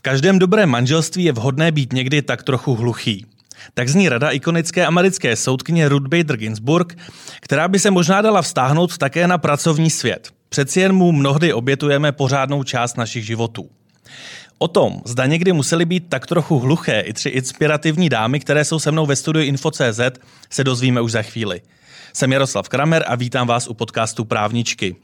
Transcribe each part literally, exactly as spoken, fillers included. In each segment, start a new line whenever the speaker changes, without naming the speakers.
každém dobrém manželství je vhodné být někdy tak trochu hluchý. Tak zní rada ikonické americké soudkyně Ruth Bader Ginsburg, která by se možná dala vztáhnout také na pracovní svět. Přeci jen mu mnohdy obětujeme pořádnou část našich životů. O tom, zda někdy museli být tak trochu hluché i tři inspirativní dámy, které jsou se mnou ve studiu Info tečka cé zet, se dozvíme už za chvíli. Jsem Jaroslav Kramer a vítám vás u podcastu Právničky.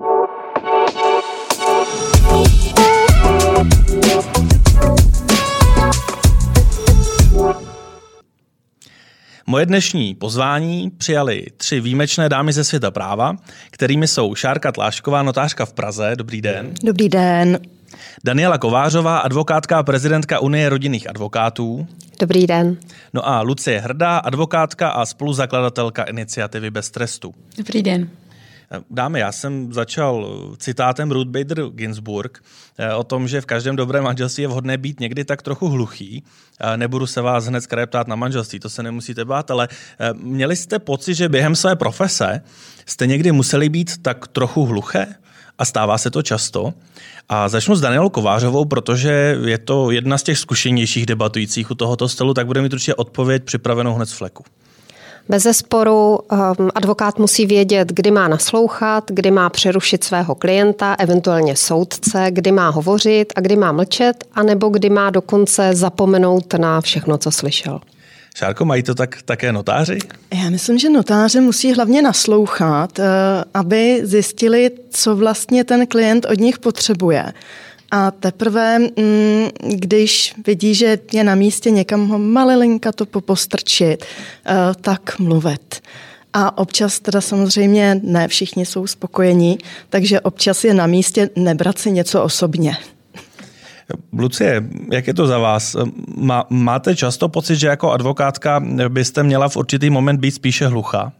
Moje dnešní pozvání přijali tři výjimečné dámy ze světa práva, kterými jsou Šárka Tlášková, notářka v Praze. Dobrý den.
Dobrý den.
Daniela Kovářová, advokátka a prezidentka Unie rodinných advokátů.
Dobrý den.
No a Lucie Hrdá, advokátka a spoluzakladatelka iniciativy Bez trestu.
Dobrý den.
Dámy, já jsem začal citátem Ruth Bader Ginsburg o tom, že v každém dobrém manželství je vhodné být někdy tak trochu hluchý. Nebudu se vás hned zkrát ptát na manželství, to se nemusíte bát, ale měli jste pocit, že během své profese jste někdy museli být tak trochu hluché? A stává se to často. A začnu s Danielou Kovářovou, protože je to jedna z těch zkušenějších debatujících u tohoto stolu, tak bude mít určitě odpověď připravenou hned z fleku.
Bezesporu um, advokát musí vědět, kdy má naslouchat, kdy má přerušit svého klienta, eventuálně soudce, kdy má hovořit a kdy má mlčet, anebo kdy má dokonce zapomenout na všechno, co slyšel.
Šárko, mají to tak také notáři?
Já myslím, že notáři musí hlavně naslouchat, aby zjistili, co vlastně ten klient od nich potřebuje. A teprve, když vidí, že je na místě někam ho malilinka to popostrčit, tak mluvit. A občas teda samozřejmě ne všichni jsou spokojení, takže občas je na místě nebrat si něco osobně.
Lucie, jak je to za vás? Má, máte často pocit, že jako advokátka byste měla v určitý moment být spíše hluchá?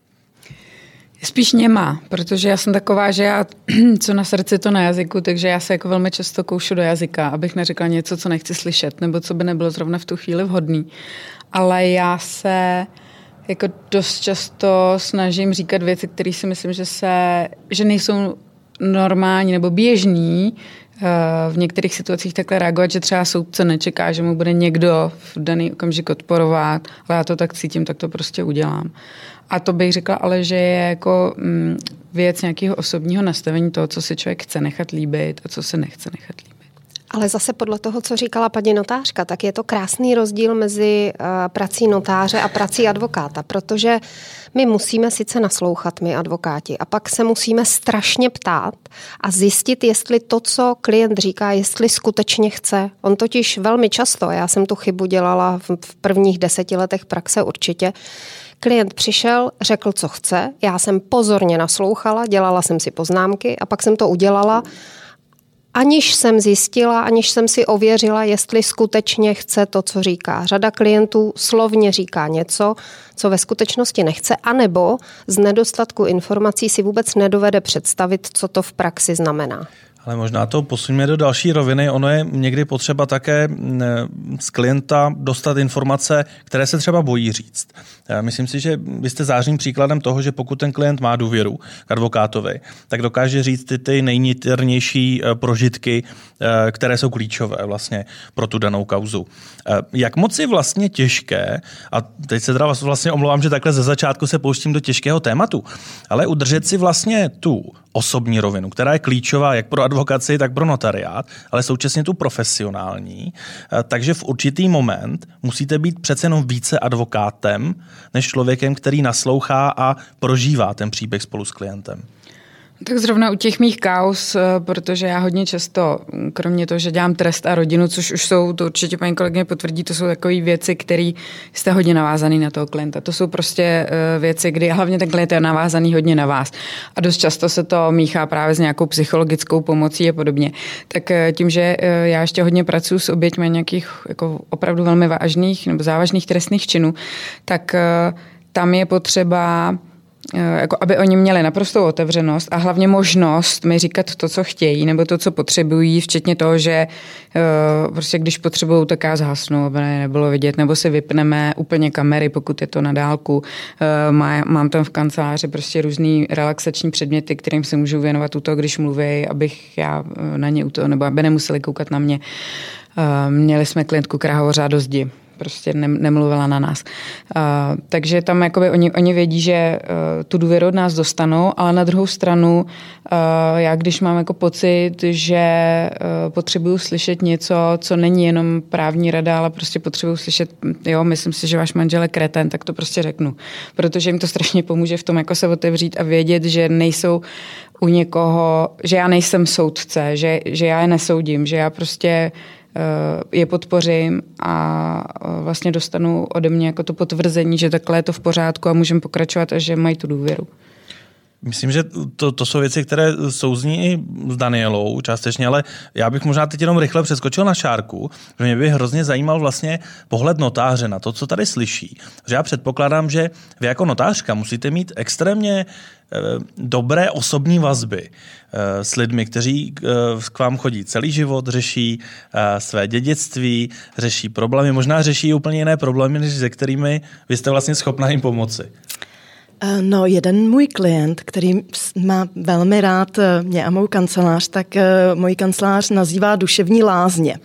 Spíš něma, protože já jsem taková, že já co na srdci, to na jazyku, takže já se jako velmi často koušu do jazyka, abych neřekla něco, co nechci slyšet, nebo co by nebylo zrovna v tu chvíli vhodný. Ale já se jako dost často snažím říkat věci, které si myslím, že, se, že nejsou normální nebo běžný, v některých situacích takhle reagovat, že třeba soudce nečeká, že mu bude někdo v daný okamžik odporovat, ale já to tak cítím, tak to prostě udělám. A to bych řekla ale, že je jako věc nějakého osobního nastavení toho, co si člověk chce nechat líbit a co se nechce nechat líbit.
Ale zase podle toho, co říkala paní notářka, tak je to krásný rozdíl mezi prací notáře a prací advokáta, protože my musíme sice naslouchat, my advokáti, a pak se musíme strašně ptát a zjistit, jestli to, co klient říká, jestli skutečně chce. On totiž velmi často, já jsem tu chybu dělala v prvních deseti letech praxe určitě, klient přišel, řekl, co chce, já jsem pozorně naslouchala, dělala jsem si poznámky a pak jsem to udělala, aniž jsem zjistila, aniž jsem si ověřila, jestli skutečně chce to, co říká. Řada klientů slovně říká něco, co ve skutečnosti nechce, anebo z nedostatku informací si vůbec nedovede představit, co to v praxi znamená.
Ale možná to posuneme do další roviny. Ono je někdy potřeba také z klienta dostat informace, které se třeba bojí říct. Myslím si, že vy jste zářným příkladem toho, že pokud ten klient má důvěru k advokátovi, tak dokáže říct ty, ty nejniternější prožitky, které jsou klíčové vlastně pro tu danou kauzu. Jak moc je vlastně těžké, a teď se teda vlastně omlouvám, že takhle ze začátku se pouštím do těžkého tématu, ale udržet si vlastně tu osobní rovinu, která je klíčová jak pro advokaci, tak pro notariát, ale současně tu profesionální. Takže v určitý moment musíte být přece jenom více advokátem, než člověkem, který naslouchá a prožívá ten příběh spolu s klientem.
Tak zrovna u těch mých kauz, protože já hodně často, kromě toho, že dělám trest a rodinu, což už jsou, to určitě paní kolegyně potvrdí, to jsou takové věci, které jste hodně navázaný na toho klienta. To jsou prostě věci, kdy hlavně ten klient je navázaný hodně na vás. A dost často se to míchá právě s nějakou psychologickou pomocí a podobně. Tak tím, že já ještě hodně pracuji s oběťmi nějakých jako opravdu velmi vážných nebo závažných trestných činů, tak tam je potřeba jako aby oni měli naprostou otevřenost a hlavně možnost mi říkat to, co chtějí, nebo to, co potřebují, včetně toho, že prostě když potřebují, tak já zhasnu, aby nebylo vidět, nebo si vypneme úplně kamery, pokud je to na dálku. Mám tam v kanceláři prostě různý relaxační předměty, kterým se můžu věnovat u toho, když mluví, abych já na ně u toho, nebo aby nemuseli koukat na mě. Měli jsme klientku, která hovořila do zdi. Prostě nemluvila na nás. Uh, takže tam jakoby oni, oni vědí, že uh, tu důvěru od nás dostanou, ale na druhou stranu uh, já když mám jako pocit, že uh, potřebuju slyšet něco, co není jenom právní rada, ale prostě potřebuju slyšet, jo, myslím si, že váš manžel je kretén, tak to prostě řeknu. Protože jim to strašně pomůže v tom jako se otevřít a vědět, že nejsou u někoho, že já nejsem soudce, že, že já je nesoudím, že já prostě je podpořím a vlastně dostanu ode mě jako to potvrzení, že takhle je to v pořádku a můžeme pokračovat a že mají tu důvěru.
Myslím, že to, to jsou věci, které souzní i s Danielou částečně, ale já bych možná teď jenom rychle přeskočil na Šárku, že mě by hrozně zajímal vlastně pohled notáře na to, co tady slyší. Že já předpokládám, že vy jako notářka musíte mít extrémně eh, dobré osobní vazby eh, s lidmi, kteří eh, k vám chodí celý život, řeší eh, své dědictví, řeší problémy, možná řeší úplně jiné problémy, než se kterými vy jste vlastně schopná jim pomoci.
No, jeden můj klient, který má velmi rád mě a mou kancelář, tak můj kancelář nazývá duševní lázně.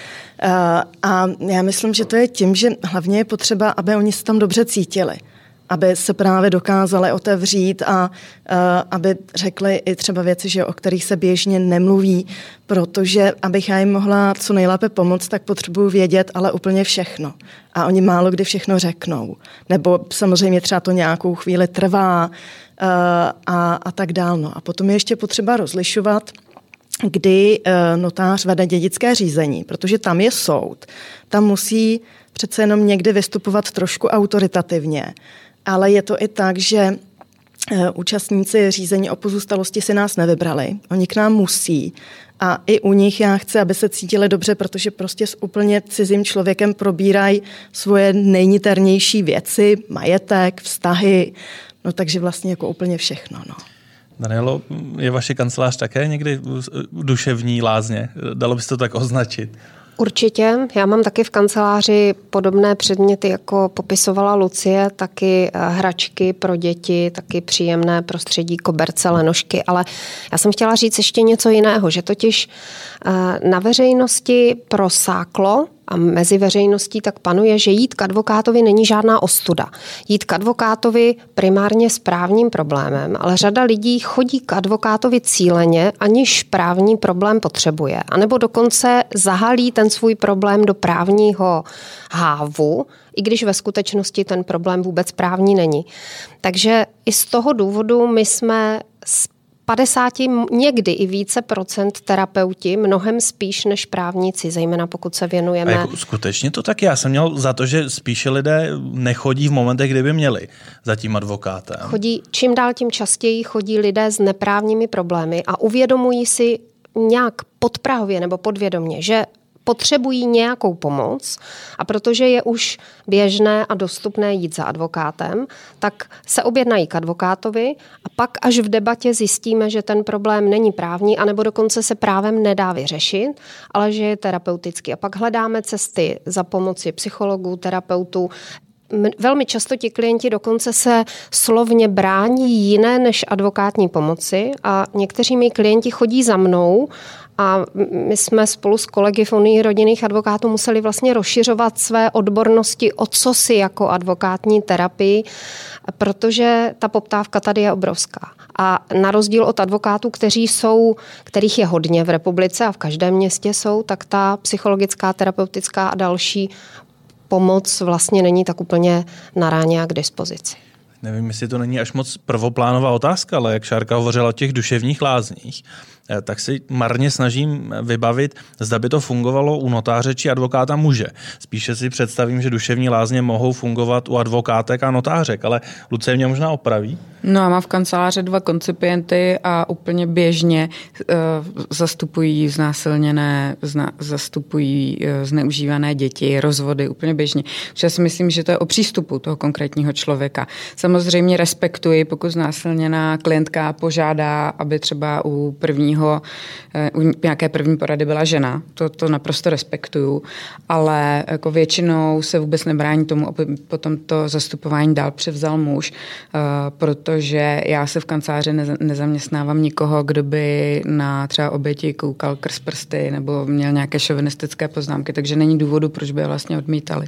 A já myslím, že to je tím, že hlavně je potřeba, aby oni se tam dobře cítili, aby se právě dokázali otevřít a, a aby řekli i třeba věci, že o kterých se běžně nemluví, protože abych já jim mohla co nejlépe pomoct, tak potřebuju vědět ale úplně všechno. A oni málo kdy všechno řeknou. Nebo samozřejmě třeba to nějakou chvíli trvá a, a tak dál. No. A potom je ještě potřeba rozlišovat, kdy notář vede dědické řízení, protože tam je soud. Tam musí přece jenom někdy vystupovat trošku autoritativně. Ale je to i tak, že účastníci řízení o pozůstalosti si nás nevybrali. Oni k nám musí. A i u nich já chci, aby se cítili dobře, protože prostě s úplně cizím člověkem probírají svoje nejniternější věci, majetek, vztahy. No takže vlastně jako úplně všechno. No.
Danielo, je vaše kancelář také někdy duševní lázně? Dalo by se to tak označit?
Určitě. Já mám taky v kanceláři podobné předměty, jako popisovala Lucie, taky hračky pro děti, taky příjemné prostředí, koberce, lenošky, ale já jsem chtěla říct ještě něco jiného, že totiž na veřejnosti prosáklo a mezi veřejností tak panuje, že jít k advokátovi není žádná ostuda. Jít k advokátovi primárně s právním problémem, ale řada lidí chodí k advokátovi cíleně, aniž právní problém potřebuje. A nebo dokonce zahalí ten svůj problém do právního hávu, i když ve skutečnosti ten problém vůbec právní není. Takže i z toho důvodu my jsme padesát, někdy i více procent terapeuti, mnohem spíš než právníci, zejména pokud se věnujeme.
A jako skutečně to tak? Já jsem měl za to, že spíše lidé nechodí v momentech, kdyby měli za tím advokátem.
Chodí, čím dál tím častěji chodí lidé s neprávními problémy a uvědomují si nějak podprahově nebo podvědomě, že potřebují nějakou pomoc a protože je už běžné a dostupné jít za advokátem, tak se objednají k advokátovi a pak až v debatě zjistíme, že ten problém není právní anebo dokonce se právem nedá vyřešit, ale že je terapeutický. A pak hledáme cesty za pomoci psychologů, terapeutů. Velmi často ti klienti dokonce se slovně brání jiné než advokátní pomoci a někteří mý klienti chodí za mnou a my jsme spolu s kolegy v Unii rodinných advokátů museli vlastně rozšiřovat své odbornosti o cosi jako advokátní terapii, protože ta poptávka tady je obrovská. A na rozdíl od advokátů, kteří jsou, kterých je hodně v republice a v každém městě jsou, tak ta psychologická, terapeutická a další pomoc vlastně není tak úplně na ráně a k dispozici.
Nevím, jestli to není až moc prvoplánová otázka, ale jak Šárka hovořila o těch duševních lázních, tak si marně snažím vybavit, zda by to fungovalo u notáře či advokáta muže. Spíše si představím, že duševní lázně mohou fungovat u advokátek a notářek, ale Lucie mě možná opraví.
No a mám v kanceláři dva koncipienty a úplně běžně uh, zastupují znásilněné, zna, zastupují uh, zneužívané děti, rozvody, úplně běžně. Protože já si myslím, že to je o přístupu toho konkrétního člověka. Samozřejmě respektuji, pokud znásilněná klientka požádá, aby třeba u prvního, uh, u nějaké první porady byla žena. To, to naprosto respektuju, ale jako většinou se vůbec nebrání tomu, aby potom to zastupování dál převzal muž, uh, proto protože já se v kanceláři nezaměstnávám nikoho, kdo by na třeba oběti koukal krz prsty nebo měl nějaké šovinistické poznámky, takže není důvodu, proč by je vlastně odmítali.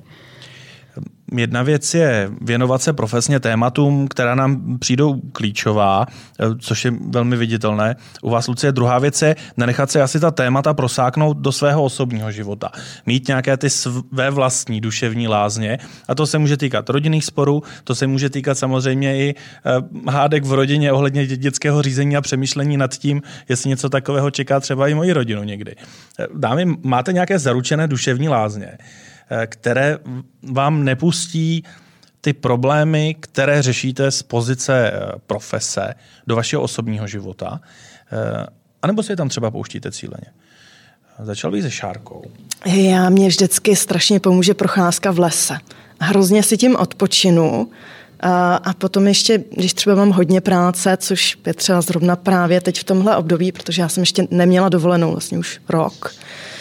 Jedna věc je věnovat se profesně tématům, která nám přijdou klíčová, což je velmi viditelné. U vás, Lucie, druhá věc je nenechat se asi ta témata prosáknout do svého osobního života. Mít nějaké ty své vlastní duševní lázně a to se může týkat rodinných sporů, to se může týkat samozřejmě i hádek v rodině ohledně dětského řízení a přemýšlení nad tím, jestli něco takového čeká třeba i moji rodinu někdy. Dámy, máte nějaké zaručené duševní lázně, které vám nepustí ty problémy, které řešíte z pozice profese do vašeho osobního života, anebo si je tam třeba pouštíte cíleně? Začal bych se Šárkou.
Já mě vždycky strašně pomůže procházka v lese. Hrozně si tím odpočinu a potom ještě, když třeba mám hodně práce, což je třeba zrovna právě teď v tomhle období, protože já jsem ještě neměla dovolenou vlastně už rok,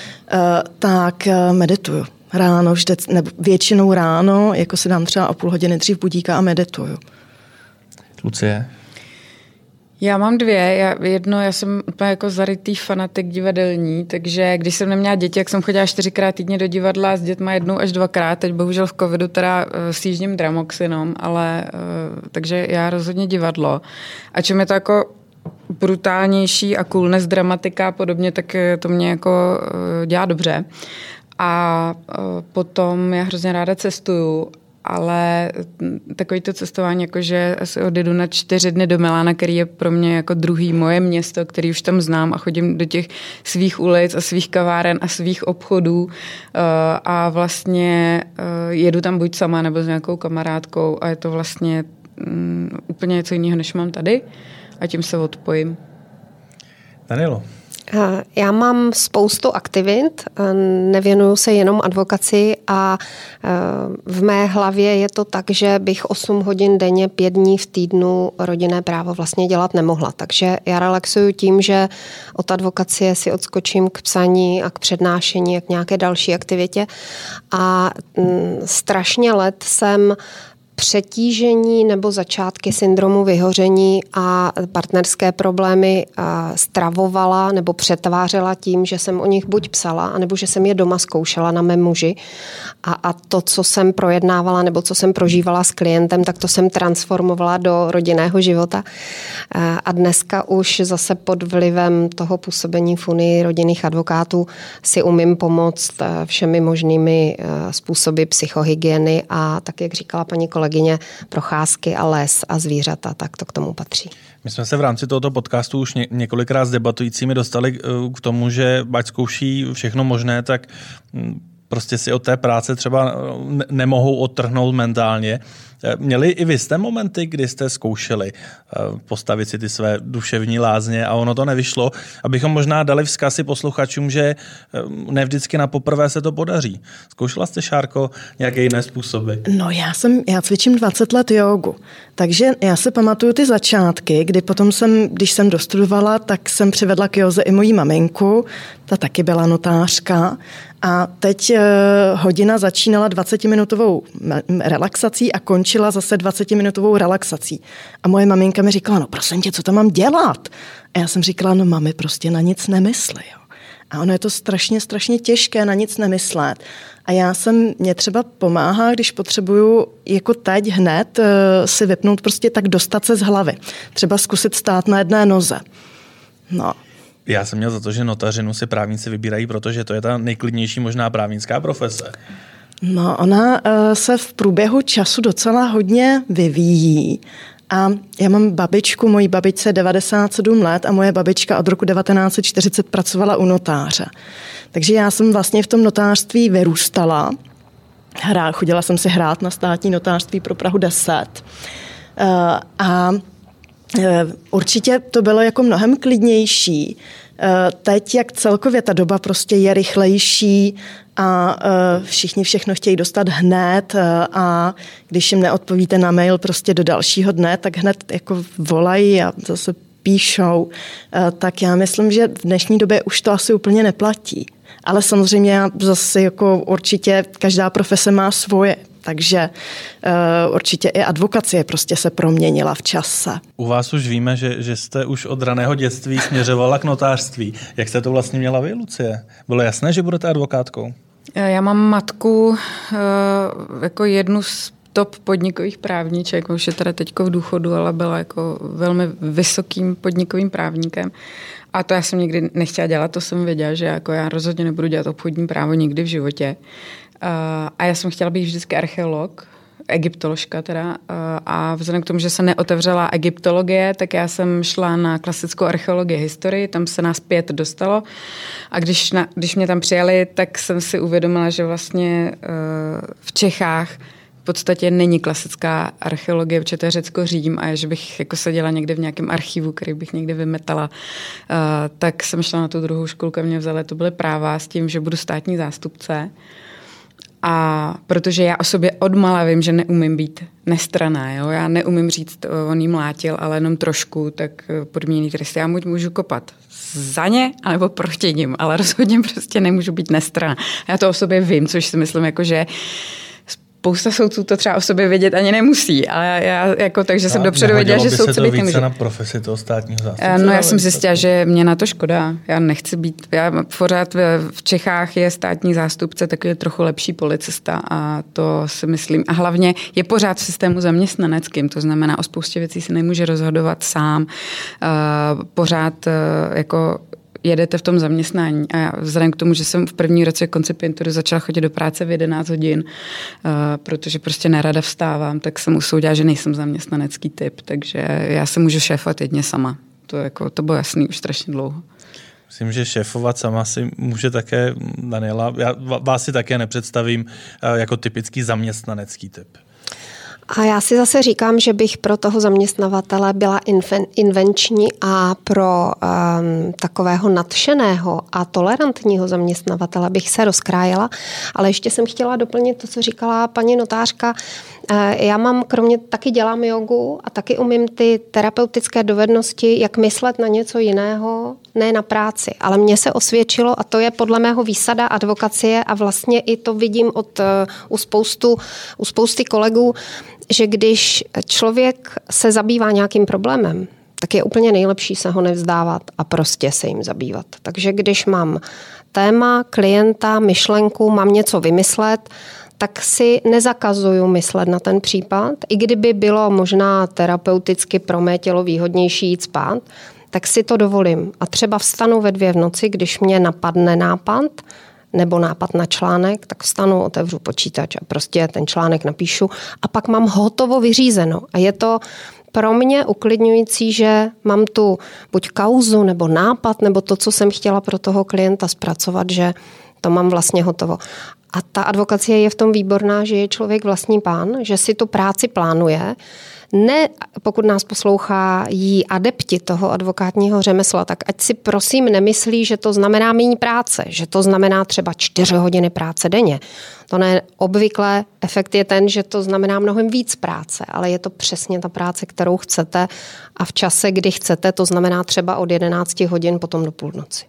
tak medituju. Ráno, vždy, nebo většinou ráno, jako si dám třeba o půl hodiny dřív budíka a medituju.
Lucie?
Já mám dvě. Já, jedno, já jsem úplně jako zarytý fanatik divadelní, takže když jsem neměla děti, jak jsem chodila čtyřikrát týdně do divadla s dětma jednou až dvakrát, teď bohužel v covidu teda uh, sjíždím dramoxinom, ale uh, takže já rozhodně divadlo. A čím je to jako brutálnější a coolness dramatika a podobně, tak to mě jako uh, dělá dobře. A potom já hrozně ráda cestuju, ale takový to cestování, jakože asi odjedu na čtyři dny do Milána, který je pro mě jako druhý moje město, který už tam znám a chodím do těch svých ulic a svých kaváren a svých obchodů a vlastně jedu tam buď sama nebo s nějakou kamarádkou a je to vlastně úplně něco jiného, než mám tady a tím se odpojím.
Danielo.
Já mám spoustu aktivit, nevěnuju se jenom advokaci a v mé hlavě je to tak, že bych osm hodin denně, pět dní v týdnu rodinné právo vlastně dělat nemohla. Takže já relaxuju tím, že od advokacie si odskočím k psaní a k přednášení a k nějaké další aktivitě. A strašně let jsem přetížení nebo začátky syndromu vyhoření a partnerské problémy stravovala nebo přetvářela tím, že jsem o nich buď psala, anebo že jsem je doma zkoušela na mém muži. A, a to, co jsem projednávala nebo co jsem prožívala s klientem, tak to jsem transformovala do rodinného života. A dneska už zase pod vlivem toho působení v Unii rodinných advokátů si umím pomoct všemi možnými způsoby psychohygieny a tak, jak říkala paní kolegyně, procházky a les a zvířata, tak to k tomu patří.
My jsme se v rámci tohoto podcastu už ně, několikrát s debatujícími dostali k tomu, že ať zkouší všechno možné, tak prostě si od té práce třeba nemohou odtrhnout mentálně. Měli i vy jste momenty, kdy jste zkoušeli postavit si ty své duševní lázně a ono to nevyšlo, abychom možná dali vzkaz i posluchačům, že ne vždycky na poprvé se to podaří. Zkoušela jste, Šárko, nějaké jiné způsoby?
No já jsem, já cvičím dvacet let jógu, takže já se pamatuju ty začátky, kdy potom jsem, když jsem dostudovala, tak jsem přivedla k józe i moji maminku, ta taky byla notářka. A teď eh, hodina začínala dvacetiminutovou relaxací a končila zase dvacetiminutovou relaxací. A moje maminka mi říkala, no prosím tě, co tam mám dělat? A já jsem říkala, no mami, prostě na nic nemysli. Jo. A ono je to strašně, strašně těžké na nic nemyslet. A já jsem, mě třeba pomáhá, když potřebuju jako teď hned eh, si vypnout prostě tak dostat se z hlavy. Třeba zkusit stát na jedné noze. No.
Já jsem měl za to, že notařinu si právníci vybírají, protože to je ta nejklidnější možná právnická profese.
No, ona uh, se v průběhu času docela hodně vyvíjí A já mám babičku, mojí babičce devadesát sedm let a moje babička od roku devatenáct set čtyřicet pracovala u notáře. Takže já jsem vlastně v tom notářství vyrůstala. Hra, chodila jsem si hrát na státní notářství pro Prahu deset. A určitě to bylo jako mnohem klidnější. Teď, jak celkově ta doba prostě je rychlejší a všichni všechno chtějí dostat hned a když jim neodpovíte na mail prostě do dalšího dne, tak hned jako volají a zase píšou, tak já myslím, že v dnešní době už to asi úplně neplatí. Ale samozřejmě já zase jako určitě každá profese má svoje, takže uh, určitě i advokacie prostě se proměnila v čase.
U vás už víme, že, že jste už od raného dětství směřovala k notářství. Jak jste to vlastně měla vy, Lucie? Bylo jasné, že budete advokátkou?
Já mám matku uh, jako jednu z top podnikových právníček, už je teda teďko v důchodu, ale byla jako velmi vysokým podnikovým právníkem. A to já jsem nikdy nechtěla dělat, to jsem věděla, že jako já rozhodně nebudu dělat obchodní právo nikdy v životě. Uh, a já jsem chtěla být vždycky archeolog, egyptoložka teda. Uh, a vzhledem k tomu, že se neotevřela egyptologie, tak já jsem šla na klasickou archeologii historii, tam se nás pět dostalo. A když, na, když mě tam přijali, tak jsem si uvědomila, že vlastně uh, v Čechách v podstatě není klasická archeologie, protože to je Řecko-Řím a že bych jako seděla někde v nějakém archivu, který bych někde vymetala, uh, tak jsem šla na tu druhou školku a mě vzali, to byly práva s tím, že budu státní zástupce. A protože já o sobě odmala vím, že neumím být nestranná, jo? Já neumím říct, on jí mlátil, ale jenom trošku, tak podmíněný trest. Já můžu kopat za ně, anebo proti nim, ale rozhodně prostě nemůžu být nestranná. Já to o sobě vím, což si myslím, jako, že spousta soudců to třeba o sobě vědět ani nemusí, ale já jako takže jsem dopředu věděla, že soudce být nemůže.
Na profesi toho státního zástupce?
No já jsem zjistila, že mě na to škoda. Já nechci být, já pořád v Čechách je státní zástupce takový trochu lepší policista a to si myslím. A hlavně je pořád v systému zaměstnaneckým, to znamená o spoustě věcí se nemůže rozhodovat sám. Pořád jako jedete v tom zaměstnání. A já vzhledem k tomu, že jsem v první roce koncipientury začala chodit do práce v jedenáct hodin, uh, protože prostě nerada vstávám, tak jsem usoudila, že nejsem zaměstnanecký typ, takže já se můžu šéfovat jedně sama. To, jako, to bylo jasný už strašně dlouho.
Myslím, že šéfovat sama si může také Daniela. Já vás si také nepředstavím jako typický zaměstnanecký typ.
A já si zase říkám, že bych pro toho zaměstnavatele byla inven, invenční a pro um, takového nadšeného a tolerantního zaměstnavatele bych se rozkrájela. Ale ještě jsem chtěla doplnit to, co říkala paní notářka. Já mám, kromě taky dělám jogu a taky umím ty terapeutické dovednosti, jak myslet na něco jiného, ne na práci. Ale mně se osvědčilo, a to je podle mého výsada advokacie a vlastně i to vidím od, u, spoustu, u spousty kolegů, že když člověk se zabývá nějakým problémem, tak je úplně nejlepší se ho nevzdávat a prostě se jim zabývat. Takže když mám téma, klienta, myšlenku, mám něco vymyslet, tak si nezakazuju myslet na ten případ. I kdyby bylo možná terapeuticky pro mé tělo výhodnější jít spát, tak si to dovolím. A třeba vstanu ve dvě v noci, když mě napadne nápad, nebo nápad na článek, tak vstanu, otevřu počítač a prostě ten článek napíšu a pak mám hotovo vyřízeno. A je to pro mě uklidňující, že mám tu buď kauzu, nebo nápad, nebo to, co jsem chtěla pro toho klienta zpracovat, že to mám vlastně hotovo. A ta advokacie je v tom výborná, že je člověk vlastní pán, že si tu práci plánuje. Ne, pokud nás poslouchá jí adepti toho advokátního řemesla, tak ať si prosím nemyslí, že to znamená méně práce, že to znamená třeba čtyři hodiny práce denně. To ne, obvykle efekt je ten, že to znamená mnohem víc práce, ale je to přesně ta práce, kterou chcete a v čase, kdy chcete, to znamená třeba od jedenácti hodin potom do půlnoci.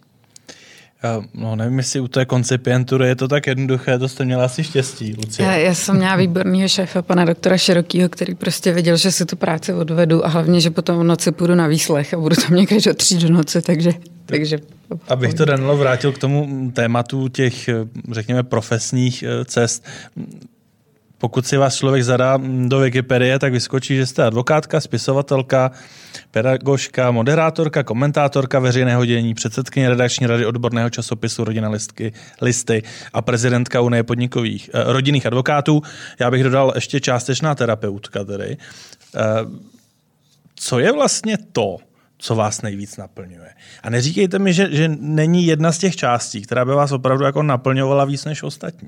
No nevím, jestli u té koncipientury je to tak jednoduché, to jste měla asi štěstí, Lucie.
Já, já jsem měla výborného šéfa, pana doktora Širokýho, který prostě věděl, že si tu práci odvedu a hlavně, že potom v noci půjdu na výslech a budu tam někde do tří do noci, takže... takže
Abych to, Danilo, vrátil k tomu tématu těch, řekněme, profesních cest. Pokud si vás člověk zadá do Wikipedie, tak vyskočí, že jste advokátka, spisovatelka, pedagožka, moderátorka, komentátorka veřejného dění, předsedkyně redakční rady odborného časopisu Rodina listky, listy a prezidentka Unie podnikových eh, rodinných advokátů. Já bych dodal ještě částečná terapeutka tedy. Eh, co je vlastně to, co vás nejvíc naplňuje? A neříkejte mi, že, že není jedna z těch částí, která by vás opravdu jako naplňovala víc než ostatní.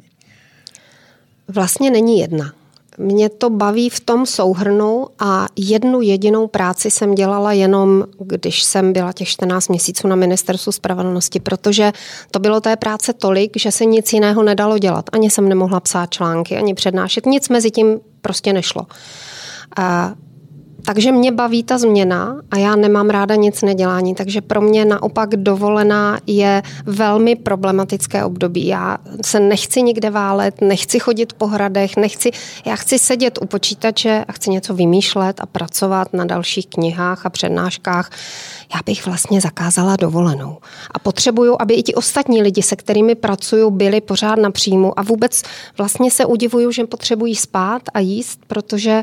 Vlastně není jedna. Mě to baví v tom souhrnu a jednu jedinou práci jsem dělala jenom, když jsem byla těch čtrnáct měsíců na Ministerstvu spravedlnosti, protože to bylo té práce tolik, že se nic jiného nedalo dělat. Ani jsem nemohla psát články, ani přednášet, nic mezi tím prostě nešlo. A takže mě baví ta změna a já nemám ráda nic nedělání, takže pro mě naopak dovolená je velmi problematické období. Já se nechci nikde válet, nechci chodit po hradech, nechci, já chci sedět u počítače a chci něco vymýšlet a pracovat na dalších knihách a přednáškách. Já bych vlastně zakázala dovolenou. A potřebuju, aby i ti ostatní lidi, se kterými pracuju, byli pořád na příjmu a vůbec vlastně se udivuju, že potřebují spát a jíst, protože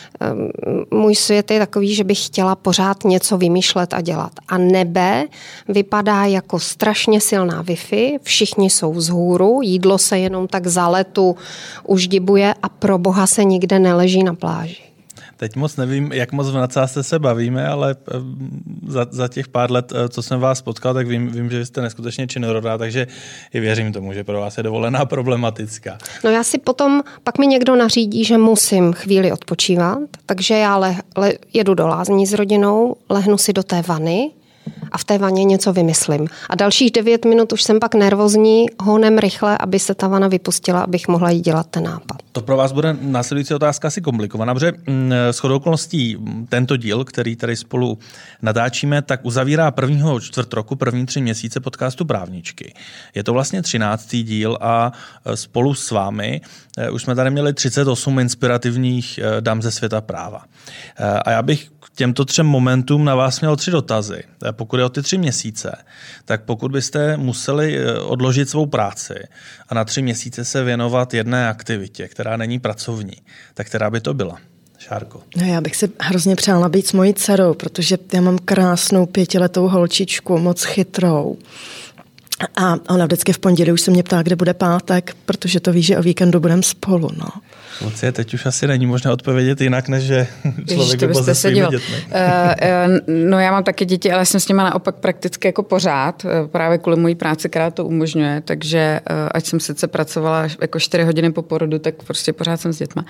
můj svět je takový, že bych chtěla pořád něco vymýšlet a dělat. A nebe vypadá jako strašně silná Wi-Fi, všichni jsou vzhůru, jídlo se jenom tak za letu uždibuje a pro boha se nikde neleží na pláži.
Teď moc nevím, jak moc v nadsázce se bavíme, ale za, za těch pár let, co jsem vás potkal, tak vím, vím, že jste neskutečně činorodá, takže i věřím tomu, že pro vás je dovolená problematická.
No já si potom, pak mi někdo nařídí, že musím chvíli odpočívat, takže já le, le, jedu do lázní s rodinou, lehnu si do té vany a v té vaně něco vymyslím. A dalších devět minut už jsem pak nervózní, honem rychle, aby se ta vana vypustila, abych mohla jí dělat ten nápad.
To pro vás bude následující otázka asi komplikovaná, protože shodou okolností tento díl, který tady spolu natáčíme, tak uzavírá prvního čtvrt roku, první tři měsíce podcastu Právničky. Je to vlastně třináctý díl a spolu s vámi už jsme tady měli třicet osm inspirativních dam ze světa práva. A já bych k těmto třem momentům na vás měl tři dotazy. Pokud je o ty tři měsíce, tak pokud byste museli odložit svou práci a na tři měsíce se věnovat jedné aktivitě, která není pracovní, tak která by to byla? Šárko.
No já bych si hrozně přála být s mojí dcerou, protože já mám krásnou pětiletou holčičku, moc chytrou. A ona vždycky v pondělí už se mě ptá, kde bude pátek, protože to ví, že o víkendu budeme spolu, no.
Lucie, teď už asi není možné odpovědět jinak, než že člověk by byl se svými dětmi.
Uh, uh, no já mám taky děti, ale jsem s nimi naopak prakticky jako pořád, uh, právě kvůli mojí práci, která to umožňuje, takže uh, ať jsem sice pracovala jako čtyři hodiny po porodu, tak prostě pořád jsem s dětma.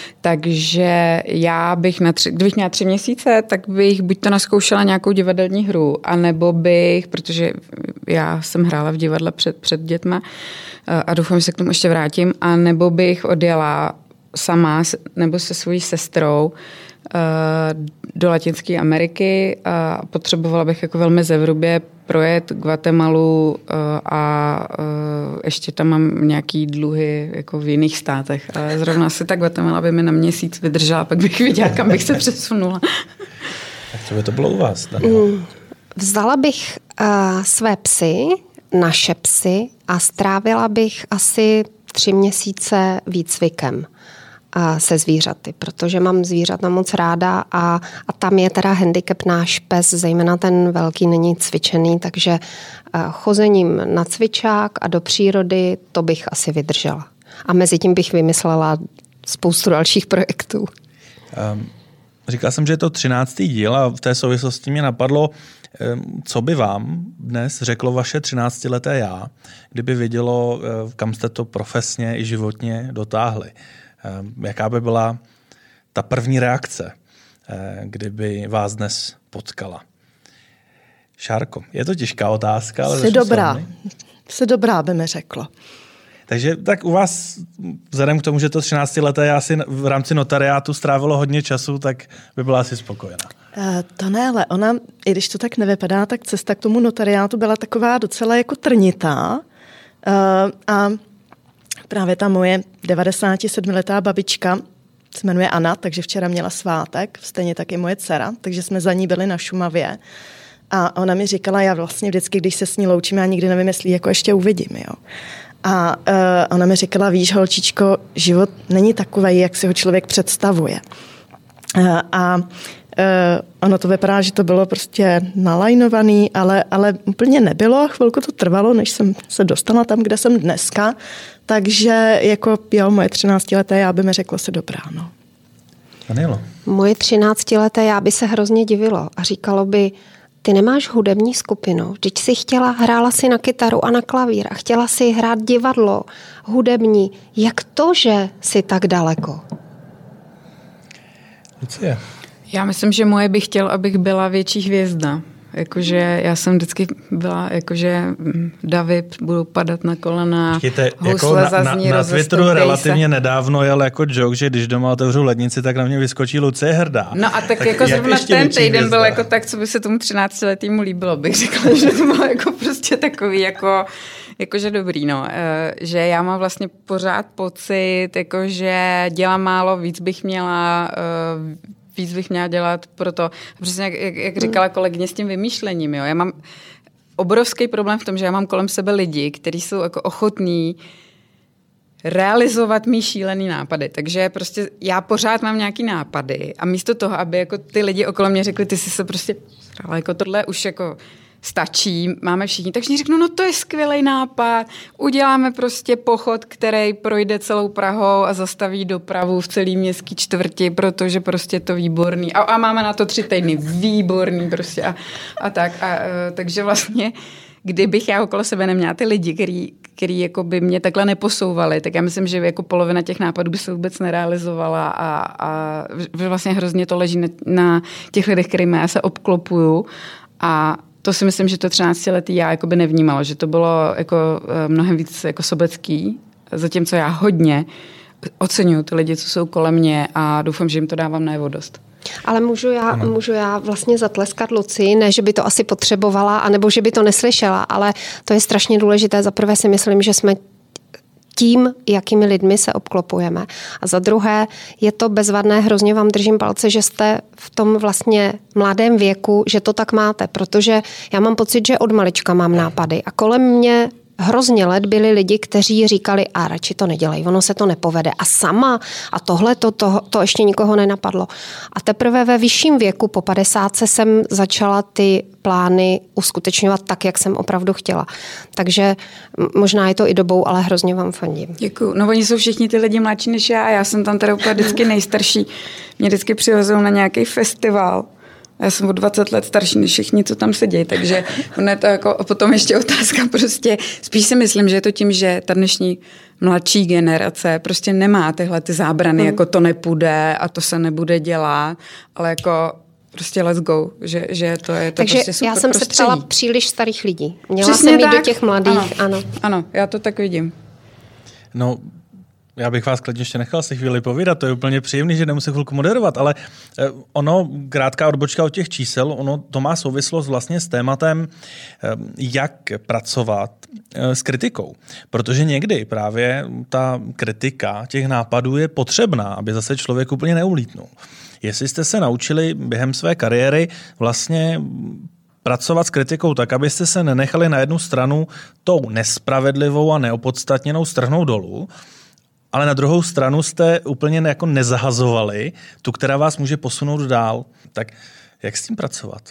Takže já bych, na tři, kdybych měla tři měsíce, tak bych buď to naskoušela nějakou divadelní hru, anebo bych, protože já jsem hrála v divadle před, před dětma uh, a doufám, že se k tomu ještě vrátím, anebo bych odjela sama nebo se svojí sestrou do Latinské Ameriky a potřebovala bych jako velmi zevrubě projet Guatemalu a ještě tam mám nějaký dluhy jako v jiných státech. Ale zrovna asi ta Guatemala by mi na měsíc vydržela, pak bych viděla, kam bych se přesunula.
Tak co by to bylo u vás? Mm,
vzdala bych uh, své psy, naše psy a strávila bych asi tři měsíce výcvikem se zvířaty, protože mám zvířata moc ráda a, a tam je teda handicap náš pes, zejména ten velký není cvičený, takže chozením na cvičák a do přírody to bych asi vydržela. A mezi tím bych vymyslela spoustu dalších projektů.
Um, říkal jsem, že je to třináctý díl a v té souvislosti mě napadlo, co by vám dnes řeklo vaše třináctileté já, kdyby vědělo, kam jste to profesně i životně dotáhli. Jaká by byla ta první reakce, kdyby vás dnes potkala? Šárko, je to těžká otázka, ale...
Jsi dobrá. Jsi dobrá, by mi řeklo.
Takže tak u vás, vzhledem k tomu, že to třináctileté já si v rámci notariátu strávilo hodně času, tak by byla asi spokojená.
Uh, to ne, ale ona, i když to tak nevypadá, tak cesta k tomu notariátu byla taková docela jako trnitá. Uh, a právě ta moje devadesátisedmiletá babička se jmenuje Anna, takže včera měla svátek, stejně taky moje dcera, takže jsme za ní byli na Šumavě. A ona mi říkala, já vlastně vždycky, když se s ní loučím, já nikdy nevím, jestli jako ještě uvidím, jo. A uh, ona mi říkala, víš, holčičko, život není takový, jak si ho člověk představuje. Uh, a uh, ono to vypadá, že to bylo prostě nalajnovaný, ale, ale úplně nebylo. Chvilku to trvalo, než jsem se dostala tam, kde jsem dneska. Takže jako jo, moje třináctileté, já by mi řekla se dobrá, no.
Danielo.
Moje třináctileté já by se hrozně divilo a říkalo by, ty nemáš hudební skupinu, vždyť jsi chtěla, hrála si na kytaru a na klavír a chtěla si hrát divadlo hudební. Jak to, že jsi tak daleko?
Lucie.
Já myslím, že moje bych chtěl, abych byla větší hvězda. Jakože já jsem vždycky byla, jakože davy budou padat na kolena,
Počkejte,
housle
jako na,
zazní,
na, na Twitteru
se.
relativně nedávno jel jako joke, že když doma otevřu lednici, tak na mě vyskočí Lucie Hrdá.
No a tak, tak jako zrovna ten týden byl jako tak, co by se tomu třináctiletýmu líbilo, bych řekla, že to bylo jako prostě takový jako... Jakože dobrý, no. Že já mám vlastně pořád pocit, jakože dělám málo, víc bych měla, víc bych měla dělat pro to. Přesně jak, jak říkala kolegyně s tím vymýšlením, jo. Já mám obrovský problém v tom, že já mám kolem sebe lidi, kteří jsou jako ochotní realizovat mý šílený nápady. Takže prostě já pořád mám nějaký nápady a místo toho, aby jako ty lidi okolo mě řekli, ty jsi se prostě ale jako tohle už jako stačí, máme všichni. Takže řeknu, no to je skvělý nápad, uděláme prostě pochod, který projde celou Prahou a zastaví dopravu v celý městský čtvrti, protože prostě to výborný. A, a máme na to tři týdny, výborný prostě a, a tak. A, a, takže vlastně, kdybych já okolo sebe neměla ty lidi, který, který jako by mě takhle neposouvali, tak já myslím, že jako polovina těch nápadů by se vůbec nerealizovala a, a vlastně hrozně to leží na, na těch lidech, kterými já se obklopuju a to si myslím, že to třináctiletý já jako by nevnímala, že to bylo jako mnohem víc jako sobecký, zatímco já hodně oceňuju ty lidi, co jsou kolem mě a doufám, že jim to dávám najevo dost.
Ale můžu já, můžu já vlastně zatleskat Lucii, ne, že by to asi potřebovala, anebo že by to neslyšela, ale to je strašně důležité. Za prvé si myslím, že jsme tím, jakými lidmi se obklopujeme. A za druhé je to bezvadné, hrozně vám držím palce, že jste v tom vlastně mladém věku, že to tak máte, protože já mám pocit, že od malička mám nápady a kolem mě hrozně let byli lidi, kteří říkali, a radši to nedělej, ono se to nepovede. A sama, a tohle, to, to, to ještě nikoho nenapadlo. A teprve ve vyšším věku, po padesátce, jsem začala ty plány uskutečňovat tak, jak jsem opravdu chtěla. Takže možná je to i dobou, ale hrozně vám fandím.
Děkuju. No oni jsou všichni ty lidi mladší než já a já jsem tam teda úplně vždycky nejstarší. Mě vždycky přivezou na nějaký festival. Já jsem o dvacet let starší než všichni, co tam sedí, takže ono je to jako potom ještě otázka prostě. Spíš si myslím, že je to tím, že ta dnešní mladší generace prostě nemá tyhle ty zábrany, hmm. jako to nepůjde a to se nebude dělat, ale jako prostě let's go, že, že to je to
takže
prostě super
já jsem
prostředí.
se ptala příliš starých lidí. Měla
Přesně
jsem jít
tak.
do těch mladých, ano.
ano. Ano, já to tak vidím.
No, já bych vás klidně ještě nechal si chvíli povídat, to je úplně příjemný, že nemusím chvilku moderovat, ale ono, krátká odbočka od těch čísel, ono to má souvislost vlastně s tématem, jak pracovat s kritikou. Protože někdy právě ta kritika těch nápadů je potřebná, aby zase člověk úplně neulítnul. Jestli jste se naučili během své kariéry vlastně pracovat s kritikou tak, abyste se nenechali na jednu stranu tou nespravedlivou a neopodstatněnou strhnout dolů, ale na druhou stranu jste úplně jako nezahazovali tu, která vás může posunout dál. Tak jak s tím pracovat?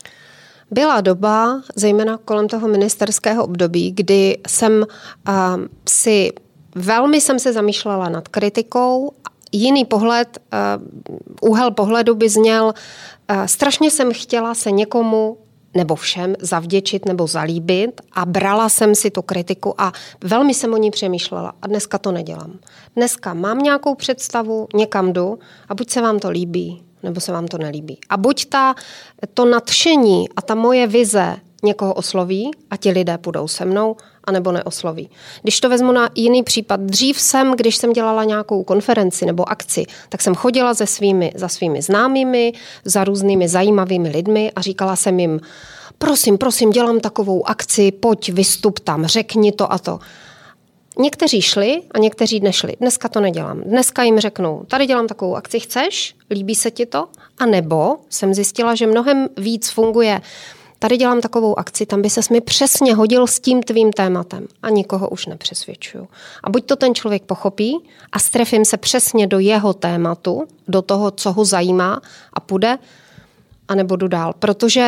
Byla doba, zejména kolem toho ministerského období, kdy jsem uh, si, velmi jsem se zamýšlela nad kritikou. Jiný pohled, uh, úhel pohledu by zněl, uh, strašně jsem chtěla se někomu nebo všem zavděčit nebo zalíbit a brala jsem si tu kritiku a velmi jsem o ní přemýšlela a dneska to nedělám. Dneska mám nějakou představu, někam jdu a buď se vám to líbí, nebo se vám to nelíbí. A buď ta, to nadšení a ta moje vize někoho osloví a ti lidé půjdou se mnou, anebo neosloví. Když to vezmu na jiný případ, dřív jsem, když jsem dělala nějakou konferenci nebo akci, tak jsem chodila se svými, za svými známými, za různými zajímavými lidmi a říkala jsem jim, prosím, prosím, dělám takovou akci, pojď, vystup tam, řekni to a to. Někteří šli a někteří nešli. Dneska to nedělám. Dneska jim řeknu, tady dělám takovou akci, chceš? Líbí se ti to? A nebo jsem zjistila, že mnohem víc funguje, tady dělám takovou akci, tam by ses mi přesně hodil s tím tvým tématem a nikoho už nepřesvědčuju. A buď to ten člověk pochopí a strefím se přesně do jeho tématu, do toho, co ho zajímá a půjde, anebo jdu dál. Protože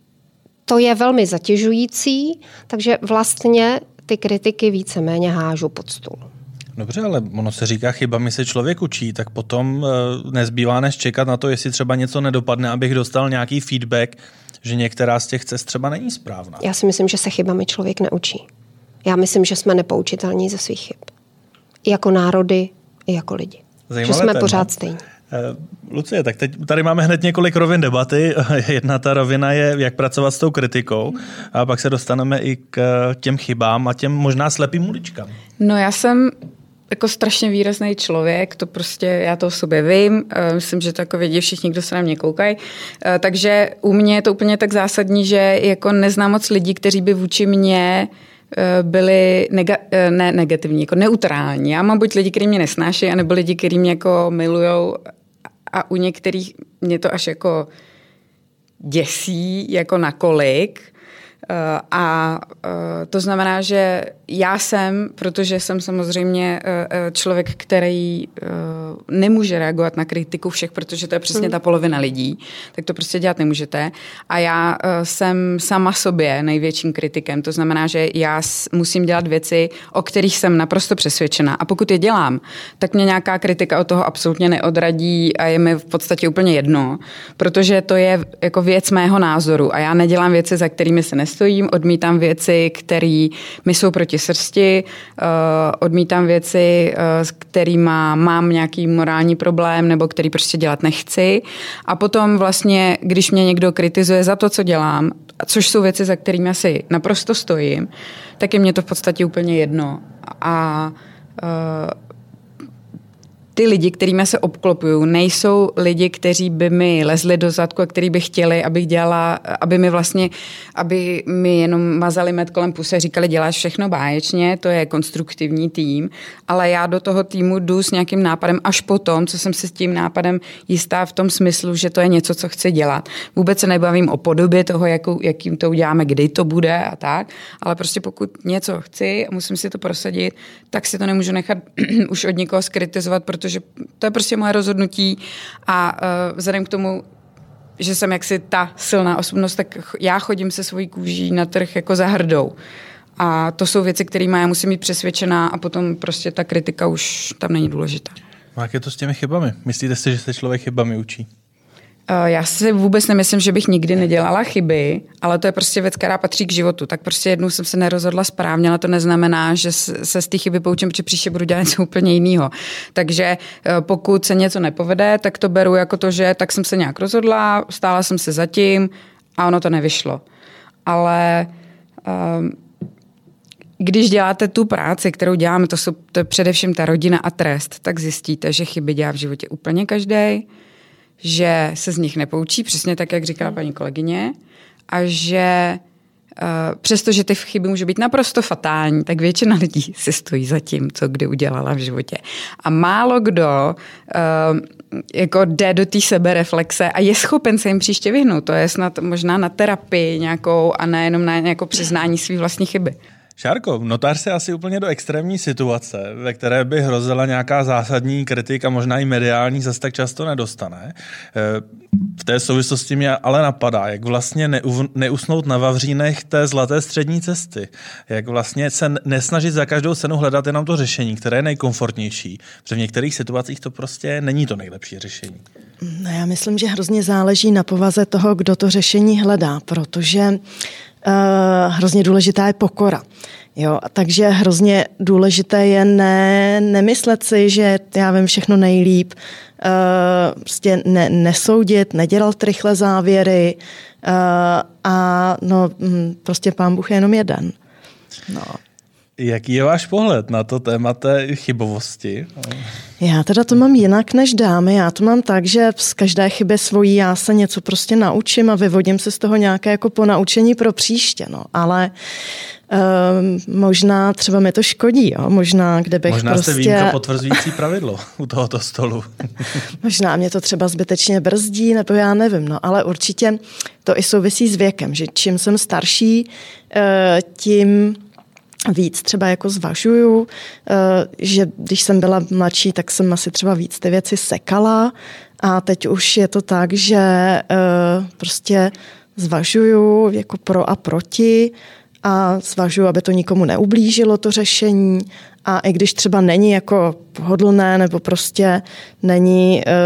to je velmi zatěžující, takže vlastně ty kritiky víceméně hážu pod stůl.
Dobře, ale ono se říká, chybami se člověk učí, tak potom nezbývá než čekat na to, jestli třeba něco nedopadne, abych dostal nějaký feedback, že některá z těch cest třeba není správná.
Já si myslím, že se chybami člověk neučí. Já myslím, že jsme nepoučitelní ze svých chyb. I jako národy, i jako lidi. Zajímavé že jsme téma. Pořád stejní.
Lucie, tak teď tady máme hned několik rovin debaty. Jedna ta rovina je, jak pracovat s tou kritikou a pak se dostaneme i k těm chybám a těm možná slepým uličkám.
No já jsem jako strašně výrazný člověk, to prostě já to o sobě vím, myslím, že to jako vědí všichni, kdo se na mě koukají, takže u mě je to úplně tak zásadní, že jako neznám moc lidí, kteří by vůči mě byli nega, ne, negativní, jako neutrální. Já mám buď lidi, kteří mě nesnáší, anebo lidi, kteří mě jako milujou a u některých mě to až jako děsí, jako nakolik. A to znamená, že já jsem, protože jsem samozřejmě člověk, který nemůže reagovat na kritiku všech, protože to je přesně ta polovina lidí, tak to prostě dělat nemůžete. A já jsem sama sobě největším kritikem. To znamená, že já musím dělat věci, o kterých jsem naprosto přesvědčena. A pokud je dělám, tak mě nějaká kritika od toho absolutně neodradí a je mi v podstatě úplně jedno, protože to je jako věc mého názoru a já nedělám věci, za kterými se nestojím, odmítám věci, které mi jsou proti srsti, odmítám věci, s kterými mám nějaký morální problém nebo který prostě dělat nechci. A potom vlastně, když mě někdo kritizuje za to, co dělám, což jsou věci, za kterými asi naprosto stojím, tak je mě to v podstatě úplně jedno. A ty lidi, kterými se obklopuju, nejsou lidi, kteří by mi lezli do zadku a kteří by chtěli, abych dělala, aby mi vlastně, aby mi jenom mazali med kolem pusy a říkali, děláš všechno báječně, to je konstruktivní tým, ale já do toho týmu jdu s nějakým nápadem až potom, co jsem si s tím nápadem jistá v tom smyslu, že to je něco, co chci dělat. Vůbec se nebavím o podobě toho, jakou, jakým to uděláme, kdy to bude a tak, ale prostě pokud něco chci a musím si to prosadit, tak si to nemůžu nechat už od nikoho skritizovat, protože že to je prostě moje rozhodnutí a uh, vzhledem k tomu, že jsem jaksi ta silná osobnost, tak já chodím se svojí kůží na trh jako za hrdou. A to jsou věci, kterými já musím být přesvědčená a potom prostě ta kritika už tam není důležitá.
A jak je to s těmi chybami? Myslíte si, že se člověk chybami učí?
Já si vůbec nemyslím, že bych nikdy nedělala chyby, ale to je prostě věc, která patří k životu. Tak prostě jednou jsem se nerozhodla správně, ale to neznamená, že se z té chyby poučím, protože příště budu dělat něco úplně jiného. Takže pokud se něco nepovede, tak to beru jako to, že tak jsem se nějak rozhodla, stála jsem se za tím a ono to nevyšlo. Ale um, když děláte tu práci, kterou děláme, to, jsou, to je především ta rodina a trest, tak zjistíte, že chyby dělá v životě úplně každý, že se z nich nepoučí, přesně tak, jak říkala paní kolegyně, a že uh, přestože ty chyby můžou být naprosto fatální, tak většina lidí si stojí za tím, co kdy udělala v životě. A málo kdo uh, jako jde do té sebereflexe a je schopen se jim příště vyhnout. To je snad možná na terapii nějakou a nejenom na nějakou přiznání svý vlastní chyby.
Šárko, notář se asi úplně do extrémní situace, ve které by hrozila nějaká zásadní kritika, možná i mediální, zase tak často nedostane. V té souvislosti mě ale napadá, jak vlastně neusnout na vavřínech té zlaté střední cesty. Jak vlastně se nesnažit za každou cenu hledat jenom to řešení, které je nejkomfortnější. Protože v některých situacích to prostě není to nejlepší řešení.
No, já myslím, že hrozně záleží na povaze toho, kdo to řešení hledá, protože Uh, hrozně důležitá je pokora. Jo, takže hrozně důležité je ne, nemyslet si, že já vím všechno nejlíp, uh, prostě ne, nesoudit, nedělat rychle závěry uh, a no, prostě Pán Bůh je jenom jeden. No.
Jaký je váš pohled na to téma té chybovosti?
Já teda to mám jinak než dámy. Já to mám tak, že z každé chyby svojí já se něco prostě naučím a vyvodím se z toho nějaké jako ponaučení pro příště. No. Ale um, možná třeba mi to škodí. Jo? Možná, kde bych
možná
prostě...
jste výjimka potvrzující pravidlo u tohoto stolu.
Možná mě to třeba zbytečně brzdí, nebo já nevím. No. Ale určitě to i souvisí s věkem, že čím jsem starší, tím víc třeba jako zvažuju, že když jsem byla mladší, tak jsem asi třeba víc ty věci sekala a teď už je to tak, že prostě zvažuju jako pro a proti a zvažuju, aby to nikomu neublížilo to řešení a i když třeba není jako pohodlné nebo prostě není e,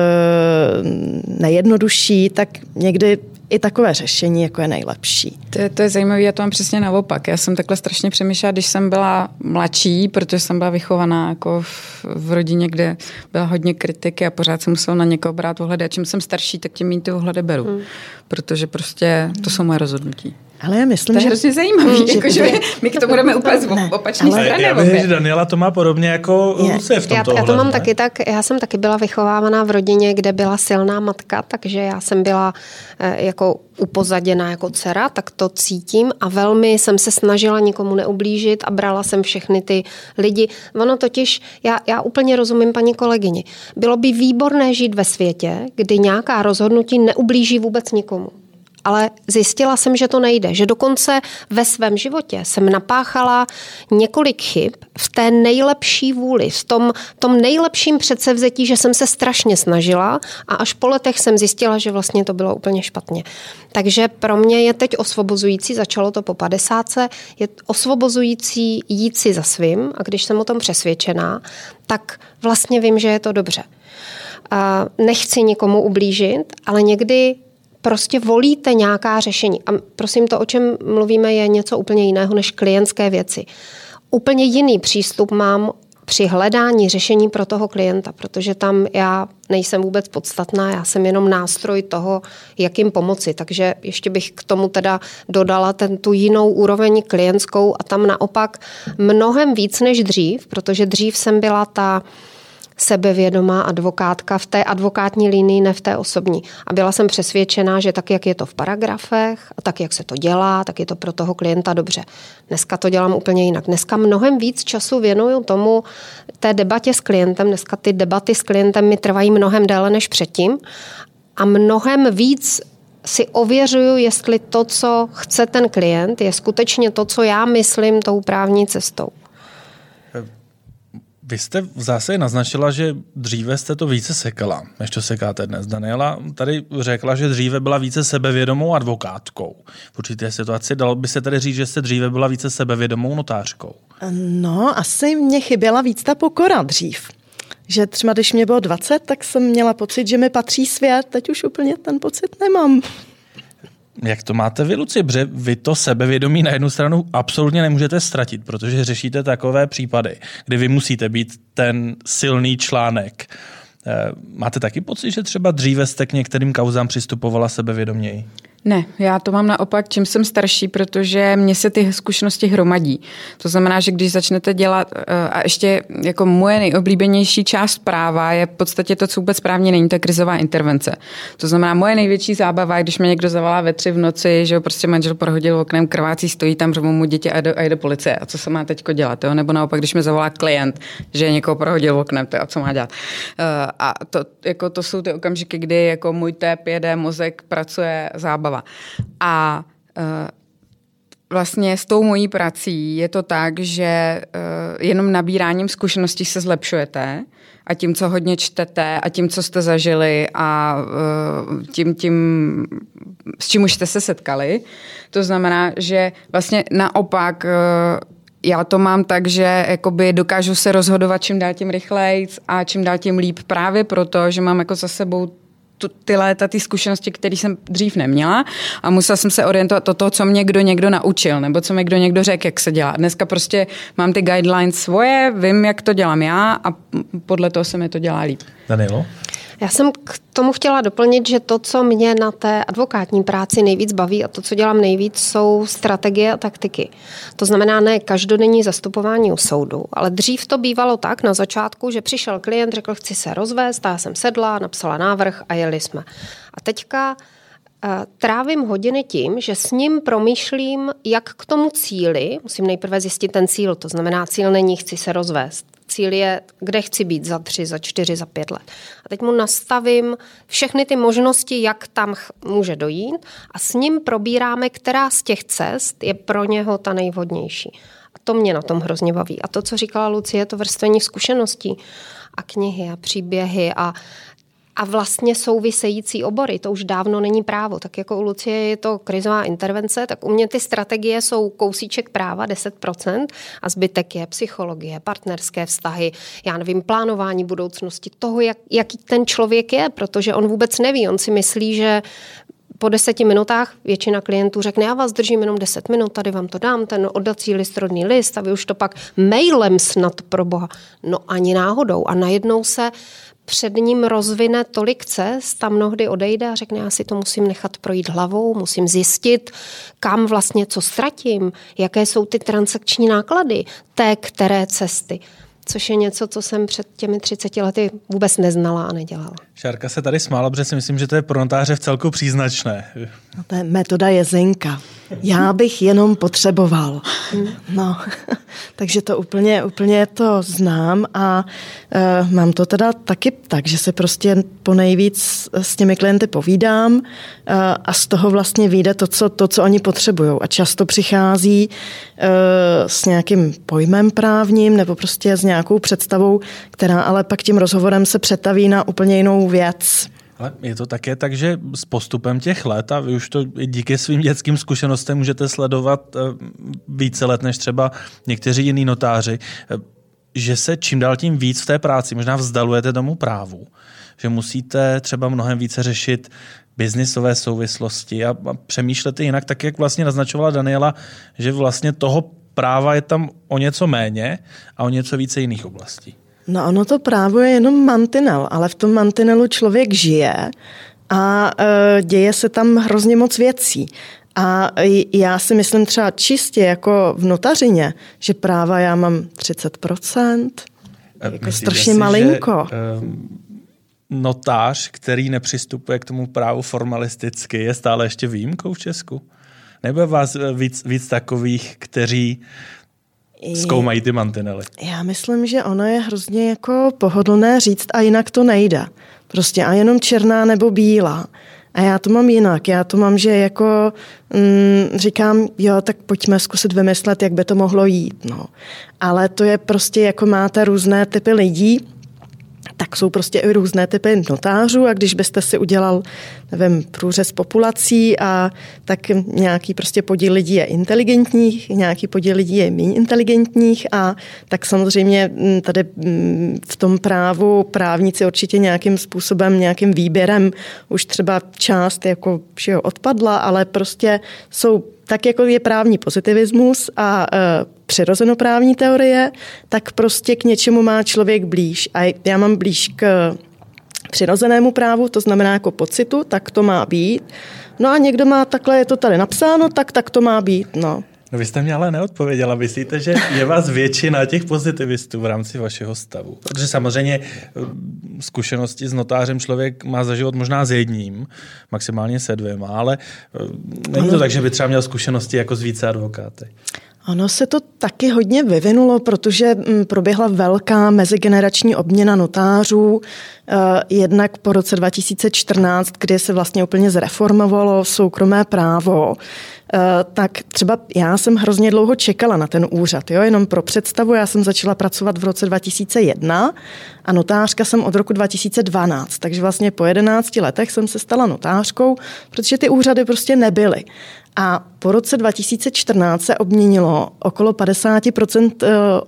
nejjednodušší, tak někdy i takové řešení jako je nejlepší.
To je, to je zajímavé, já to mám přesně naopak. Já jsem takhle strašně přemýšlela, když jsem byla mladší, protože jsem byla vychovaná jako v, v rodině, kde byla hodně kritiky a pořád jsem musela na někoho brát ohledy. A čím jsem starší, tak tím méně ty ohledy beru. Hmm. Protože prostě to jsou moje rozhodnutí.
Ale já myslím,
to je
že...
hrozně zajímavý, hmm, jako, že my, my k tomu budeme úplně z opačné strany.
Já myslím, že Daniela to má podobně jako Lucie v tomto
já, já to mám
ne?
taky tak, já jsem taky byla vychovávaná v rodině, kde byla silná matka, takže já jsem byla eh, jako upozaděná jako dcera, tak to cítím a velmi jsem se snažila nikomu neublížit a brala jsem všechny ty lidi. Ono totiž, já, já úplně rozumím paní kolegyni, bylo by výborné žít ve světě, kdy nějaká rozhodnutí neublíží vůbec nikomu. Ale zjistila jsem, že to nejde, že dokonce ve svém životě jsem napáchala několik chyb v té nejlepší vůli, v tom, tom nejlepším předsevzetí, že jsem se strašně snažila a až po letech jsem zjistila, že vlastně to bylo úplně špatně. Takže pro mě je teď osvobozující, začalo to po padesátce, je osvobozující jít si za svým a když jsem o tom přesvědčená, tak vlastně vím, že je to dobře. A nechci nikomu ublížit, ale někdy prostě volíte nějaká řešení. A prosím, to, o čem mluvíme, je něco úplně jiného než klientské věci. Úplně jiný přístup mám při hledání řešení pro toho klienta, protože tam já nejsem vůbec podstatná, já jsem jenom nástroj toho, jak jim pomoci. Takže ještě bych k tomu teda dodala ten, tu jinou úroveň klientskou a tam naopak mnohem víc než dřív, protože dřív jsem byla ta sebevědomá advokátka v té advokátní linii, ne v té osobní. A byla jsem přesvědčená, že tak, jak je to v paragrafech a tak, jak se to dělá, tak je to pro toho klienta dobře. Dneska to dělám úplně jinak. Dneska mnohem víc času věnuju tomu té debatě s klientem. Dneska ty debaty s klientem mi trvají mnohem déle než předtím a mnohem víc si ověřuju, jestli to, co chce ten klient, je skutečně to, co já myslím tou právní cestou.
Vy jste v zásadě naznačila, že dříve jste to více sekala, než to sekáte dnes. Daniela tady řekla, že dříve byla více sebevědomou advokátkou. V určité situaci dalo by se tedy říct, že jste dříve byla více sebevědomou notářkou.
No, asi mě chyběla víc ta pokora dřív. Že třeba když mě bylo dvacet, tak jsem měla pocit, že mi patří svět. Teď už úplně ten pocit nemám.
Jak to máte vy, Lucie? Protože vy to sebevědomí na jednu stranu absolutně nemůžete ztratit, protože řešíte takové případy, kdy vy musíte být ten silný článek. Máte taky pocit, že třeba dříve jste k některým kauzám přistupovala sebevědoměji?
Ne, já to mám naopak, čím jsem starší, protože mně se ty zkušenosti hromadí. To znamená, že když začnete dělat, a ještě jako moje nejoblíbenější část práva je v podstatě to, co vůbec správně není, ta krizová intervence. To znamená, moje největší zábava je, když mě někdo zavolá ve tři v noci, že ho prostě manžel prohodil oknem, krvácí, stojí tam, řvou mu děti a jde, a jde policie. A co se má teďko dělat? Jo? Nebo naopak, když mi zavolá klient, že někoho prohodil oknem, to a co má dělat? A to, jako, to jsou ty okamžiky, kdy jako můj tép jede, mozek pracuje, zábava. A uh, vlastně s tou mojí prací je to tak, že uh, jenom nabíráním zkušeností se zlepšujete a tím, co hodně čtete a tím, co jste zažili a uh, tím, tím, s čím už jste se setkali. To znamená, že vlastně naopak uh, já to mám tak, že jakoby dokážu se rozhodovat čím dál tím rychlejc a čím dál tím líp právě proto, že mám jako za sebou ty léta, ty zkušenosti, které jsem dřív neměla a musela jsem se orientovat do toho, co mě kdo někdo naučil, nebo co mi kdo někdo řekl, jak se dělá. Dneska prostě mám ty guidelines svoje, vím, jak to dělám já a podle toho se mi to dělá líp.
Danielo?
Já jsem k tomu chtěla doplnit, že to, co mě na té advokátní práci nejvíc baví a to, co dělám nejvíc, jsou strategie a taktiky. To znamená ne každodenní zastupování u soudu, ale dřív to bývalo tak na začátku, že přišel klient, řekl, chci se rozvést, já jsem sedla, napsala návrh a jeli jsme. A teďka uh, trávím hodiny tím, že s ním promýšlím, jak k tomu cíli, musím nejprve zjistit ten cíl, to znamená cíl není chci se rozvést. Cíl je, kde chci být za tři, za čtyři, za pět let. A teď mu nastavím všechny ty možnosti, jak tam může dojít a s ním probíráme, která z těch cest je pro něho ta nejvhodnější. A to mě na tom hrozně baví. A to, co říkala Lucie, je to vrstvení zkušeností a knihy a příběhy a a vlastně související obory. To už dávno není právo. Tak jako u Lucie je to krizová intervence, tak u mě ty strategie jsou kousíček práva deset procent a zbytek je psychologie, partnerské vztahy, já nevím, plánování budoucnosti, toho, jak, jaký ten člověk je, protože on vůbec neví. On si myslí, že po deseti minutách většina klientů řekne, já vás držím jenom deset minut, tady vám to dám, ten oddací list, rodný list a vy už to pak mailem snad pro boha. No ani náhodou. A najednou se před ním rozvine tolik cest a mnohdy odejde a řekne, já si to musím nechat projít hlavou, musím zjistit, kam vlastně co ztratím, jaké jsou ty transakční náklady té které cesty. Což je něco, co jsem před těmi třiceti lety vůbec neznala a nedělala.
Šárka se tady smála, protože si myslím, že to je pro notáře v celku příznačné.
No, to je metoda Jezenka. Já bych jenom potřeboval. No, takže to úplně, úplně to znám a uh, mám to teda taky tak, že se prostě ponejvíc s těmi klienty povídám uh, a z toho vlastně vyjde to, co, to, co oni potřebují. A často přichází uh, s nějakým pojmem právním nebo prostě s nějakou představou, která ale pak tím rozhovorem se přetaví na úplně jinou věc.
Ale je to také tak, že s postupem těch let, a vy už to díky svým dětským zkušenostem můžete sledovat více let než třeba někteří jiní notáři, že se čím dál tím víc v té práci možná vzdalujete tomu právu, že musíte třeba mnohem více řešit biznisové souvislosti a přemýšlete jinak, tak jak vlastně naznačovala Daniela, že vlastně toho práva je tam o něco méně a o něco více jiných oblastí.
No ono to právo je jenom mantinel, ale v tom mantinelu člověk žije a e, děje se tam hrozně moc věcí. A já si myslím třeba čistě jako v notařině, že práva já mám třicet procent, jako strašně si, malinko. Že, um,
notář, který nepřistupuje k tomu právu formalisticky, je stále ještě výjimkou v Česku? Nebo je vás víc, víc takových, kteří zkoumají ty mantinely?
Já myslím, že ono je hrozně jako pohodlné říct a jinak to nejde. Prostě a jenom černá nebo bílá. A já to mám jinak. Já to mám, že jako mm, říkám, jo, tak pojďme zkusit vymyslet, jak by to mohlo jít. No. Ale to je prostě, jako máte různé typy lidí, tak jsou prostě i různé typy notářů a když byste si udělal, nevím, průřez populací a tak nějaký prostě podíl lidí je inteligentních, nějaký podíl lidí je méně inteligentních a tak samozřejmě tady v tom právu právníci určitě nějakým způsobem, nějakým výběrem už třeba část jako všeho odpadla, ale prostě jsou tak, jako je právní pozitivismus a e, přirozenoprávní teorie, tak prostě k něčemu má člověk blíž. A já mám blíž k přirozenému právu, to znamená jako pocitu, tak to má být. No a někdo má takhle, je to tady napsáno, tak tak to má být, no.
No vy jste mě ale neodpověděla. Myslíte, že je vás většina těch pozitivistů v rámci vašeho stavu? Protože samozřejmě zkušenosti s notářem člověk má za život možná s jedním, maximálně se dvěma, ale není to tak, že by třeba měl zkušenosti jako s více advokáty.
Ono se to taky hodně vyvinulo, protože proběhla velká mezigenerační obměna notářů, jednak po roce dva tisíce čtrnáct, kdy se vlastně úplně zreformovalo soukromé právo. Tak třeba já jsem hrozně dlouho čekala na ten úřad. Jo? Jenom pro představu, já jsem začala pracovat v roce dva tisíce jedna a notářka jsem od roku dva tisíce dvanáct. Takže vlastně po jedenácti letech jsem se stala notářkou, protože ty úřady prostě nebyly. A po roce dva tisíce čtrnáct se obměnilo okolo padesát procent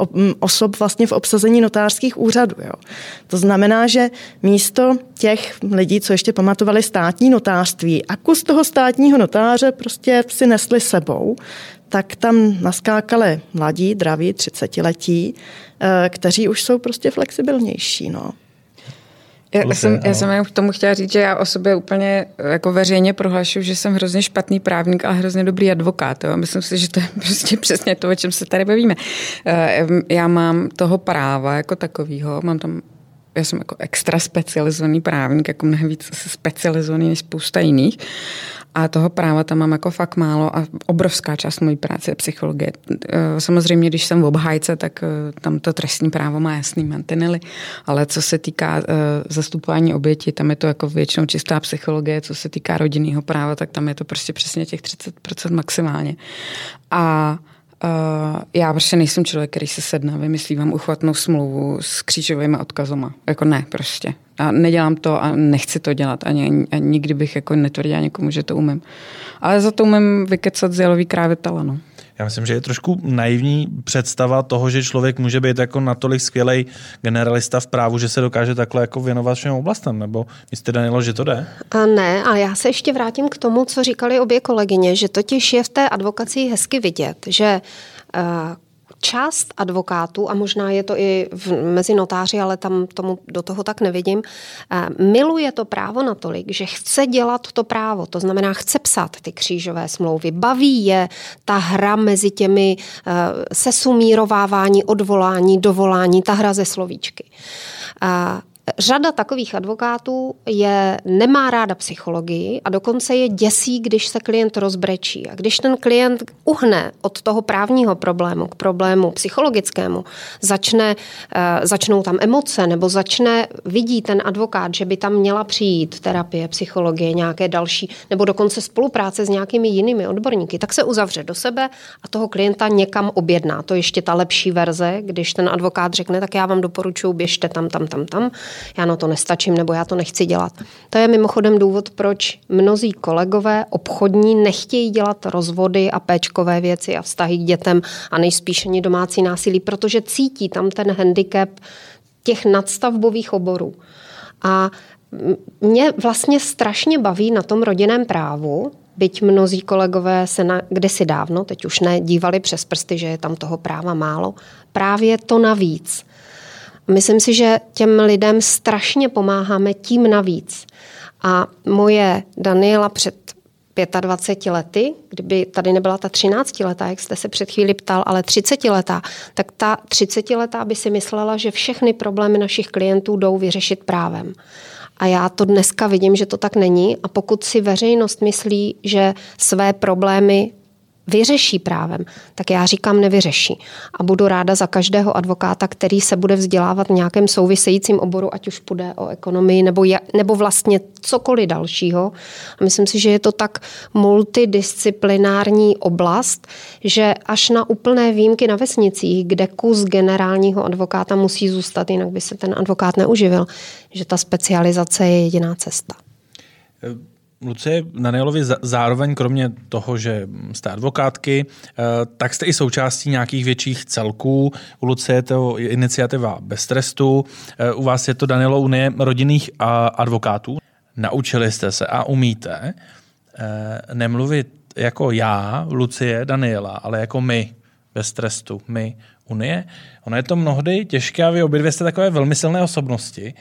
osob vlastně v obsazení notářských úřadů. Jo. To znamená, že místo těch lidí, co ještě pamatovali státní notářství a kus toho státního notáře prostě si nesli sebou, tak tam naskákali mladí, draví, třicetiletí, kteří už jsou prostě flexibilnější, no.
Já jsem, já jsem jenom k tomu chtěla říct, že já o sobě úplně jako veřejně prohlašuji, že jsem hrozně špatný právník a hrozně dobrý advokát. Jo. Myslím si, že to je prostě přesně to, o čem se tady bavíme. Já mám toho práva jako takového, mám tam, já jsem jako extra specializovaný právník, jako mnohem víc specializovaný než spousta jiných. A toho práva tam mám jako fakt málo a obrovská část mojí práce je psychologie. Samozřejmě, když jsem v obhájce, tak tam to trestní právo má jasný mantinely, ale co se týká zastupování oběti, tam je to jako většinou čistá psychologie, co se týká rodinného práva, tak tam je to prostě přesně těch třicet procent maximálně. A Uh, já prostě nejsem člověk, který se sedne, vymyslí vám uchvatnou smlouvu s křížovými odkazama. Jako ne, prostě. A nedělám to a nechci to dělat. Ani, ani nikdy bych jako netvrdila někomu, že to umím. Ale za to umím vykecat z jalový krávy tala, no.
Já myslím, že je trošku naivní představa toho, že člověk může být jako natolik skvělej generalista v právu, že se dokáže takhle jako věnovat všem oblastem, nebo myslíte, Danielo, že to jde?
A ne, a já se ještě vrátím k tomu, co říkali obě kolegyně, že totiž je v té advokacii hezky vidět, že uh, část advokátů, a možná je to i v, mezi notáři, ale tam tomu do toho tak nevidím, uh, miluje to právo natolik, že chce dělat to právo, to znamená chce psát ty křížové smlouvy, baví je ta hra mezi těmi uh, sesumírovávání, odvolání, dovolání, ta hra ze slovíčky. Uh, Řada takových advokátů je, nemá ráda psychologii a dokonce je děsí, když se klient rozbrečí. A když ten klient uhne od toho právního problému k problému psychologickému, začne, začnou tam emoce nebo začne, vidí ten advokát, že by tam měla přijít terapie, psychologie, nějaké další, nebo dokonce spolupráce s nějakými jinými odborníky, tak se uzavře do sebe a toho klienta někam objedná. To je ještě ta lepší verze, když ten advokát řekne, tak já vám doporučuji, běžte tam, tam, tam, tam. Já na to nestačím, nebo já to nechci dělat. To je mimochodem důvod, proč mnozí kolegové obchodní nechtějí dělat rozvody a péčkové věci a vztahy k dětem a nejspíš ani domácí násilí, protože cítí tam ten handicap těch nadstavbových oborů. A mě vlastně strašně baví na tom rodinném právu, byť mnozí kolegové se na, kdysi dávno, teď už ne, dívali přes prsty, že je tam toho práva málo, právě to navíc. Myslím si, že těm lidem strašně pomáháme tím navíc. A moje Daniela před dvaceti pěti lety, kdyby tady nebyla ta třináctiletá, jak jste se před chvíli ptal, ale třicetiletá, tak ta třicetiletá by si myslela, že všechny problémy našich klientů jdou vyřešit právem. A já to dneska vidím, že to tak není. A pokud si veřejnost myslí, že své problémy vyřeší právem, tak já říkám nevyřeší. A budu ráda za každého advokáta, který se bude vzdělávat v nějakém souvisejícím oboru, ať už půjde o ekonomii nebo, je, nebo vlastně cokoliv dalšího. A myslím si, že je to tak multidisciplinární oblast, že až na úplné výjimky na vesnicích, kde kus generálního advokáta musí zůstat, jinak by se ten advokát neuživil, že ta specializace je jediná cesta.
Lucie, Danielovi zároveň kromě toho, že jste advokátky, tak jste i součástí nějakých větších celků. U Lucie je to iniciativa Bez trestu, u vás je to, Danielo, Unie rodinných advokátů. Naučili jste se a umíte nemluvit jako já, Lucie, Daniela, ale jako my, Bez trestu, my, Unie. Ono je to mnohdy těžké a vy obě dvě jste takové velmi silné osobnosti.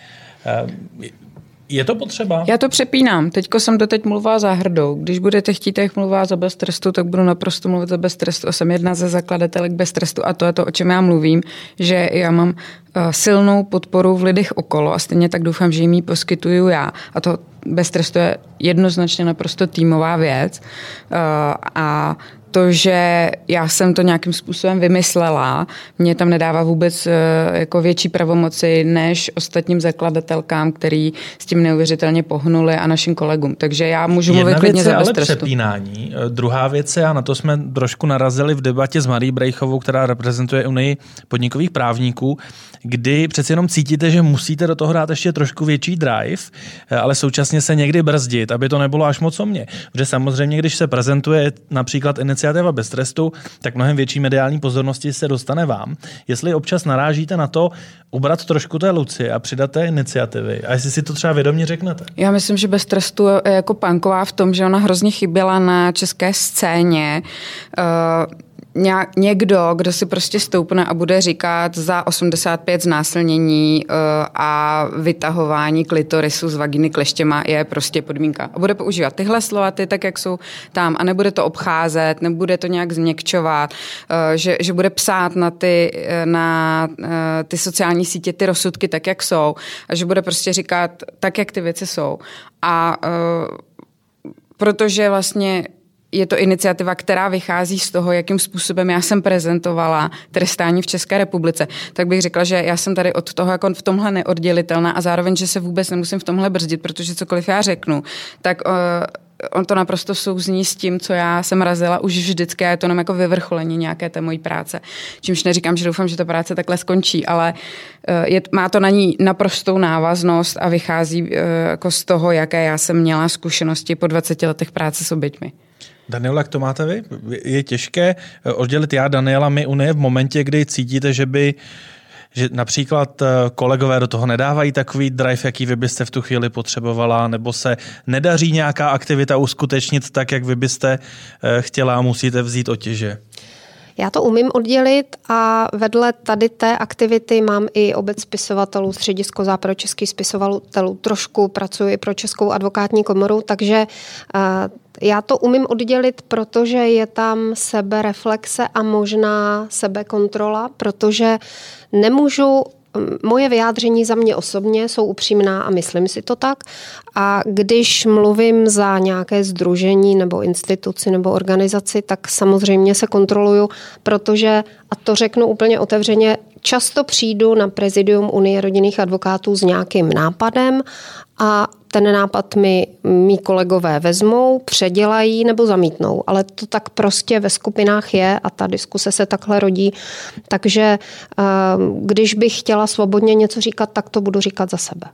Je to potřeba?
Já to přepínám. Teďko jsem doteď mluvila za Hrdou. Když budete chtít, jak mluvila za Bez trestu, tak budu naprosto mluvit za Bez trestu. Jsem jedna ze zakladatelek Bez trestu a to je to, o čem já mluvím, že já mám uh, silnou podporu v lidech okolo a stejně tak doufám, že jim ji poskytuju já. A to Bez trestu je jednoznačně naprosto týmová věc. Uh, a to, že já jsem to nějakým způsobem vymyslela, mě tam nedává vůbec jako větší pravomoci než ostatním zakladatelkám, který s tím neuvěřitelně pohnuli a našim kolegům. Takže já můžu mluvit klidně za Bez trestu.
Jedna věc je ale přepínání. Druhá věc je, a na to jsme trošku narazili v debatě s Marí Brejchovou, která reprezentuje Unii podnikových právníků, kdy přeci jenom cítíte, že musíte do toho dát ještě trošku větší drive, ale současně se někdy brzdit, aby to nebylo až moc o mě. Protože samozřejmě, když se prezentuje například iniciativa Bez trestu, tak mnohem větší mediální pozornosti se dostane vám. Jestli občas narážíte na to ubrat trošku té Lucie a přidat té iniciativy, a jestli si to třeba vědomě řeknete.
Já myslím, že Bez trestu je jako punková v tom, že ona hrozně chyběla na české scéně. Uh, Někdo, kdo si prostě stoupne a bude říkat za osmdesát pět znásilnění uh, a vytahování klitorisu z vagíny kleštěma je prostě podmínka. A bude používat tyhle slova, ty tak, jak jsou tam a nebude to obcházet, nebude to nějak změkčovat, uh, že, že bude psát na ty, na, uh, ty sociální sítě ty rozsudky tak, jak jsou a že bude prostě říkat tak, jak ty věci jsou. A uh, protože vlastně je to iniciativa, která vychází z toho, jakým způsobem já jsem prezentovala trestání v České republice, tak bych řekla, že já jsem tady od toho jako v tomhle neoddělitelná a zároveň, že se vůbec nemusím v tomhle brzdit, protože cokoliv já řeknu, tak uh, on to naprosto souzní s tím, co já jsem razila už vždycky a je to jenom jako vyvrcholení nějaké té mojí práce. Čímž neříkám, že doufám, že ta práce takhle skončí, ale je, má to na ní naprostou návaznost a vychází jako z toho, jaké já jsem měla zkušenosti po dvaceti letech práce s oběťmi.
Danielo, jak to máte vy? Je těžké oddělit já, Daniela, my Unie v momentě, kdy cítíte, že by že například kolegové do toho nedávají takový drive, jaký vy byste v tu chvíli potřebovala, nebo se nedaří nějaká aktivita uskutečnit tak, jak vy byste chtěla a musíte vzít otěže?
Já to umím oddělit a vedle tady té aktivity mám i obec spisovatelů, středisko západočeských spisovatelů, trošku pracuji pro Českou advokátní komoru, takže já to umím oddělit, protože je tam sebereflexe a možná sebekontrola, protože nemůžu, moje vyjádření za mě osobně jsou upřímná a myslím si to tak. A když mluvím za nějaké sdružení nebo instituci nebo organizaci, tak samozřejmě se kontroluju, protože, a to řeknu úplně otevřeně, často přijdu na prezidium Unie rodinných advokátů s nějakým nápadem a ten nápad mi mý kolegové vezmou, předělají nebo zamítnou. Ale to tak prostě ve skupinách je a ta diskuse se takhle rodí. Takže když bych chtěla svobodně něco říkat, tak to budu říkat za sebe.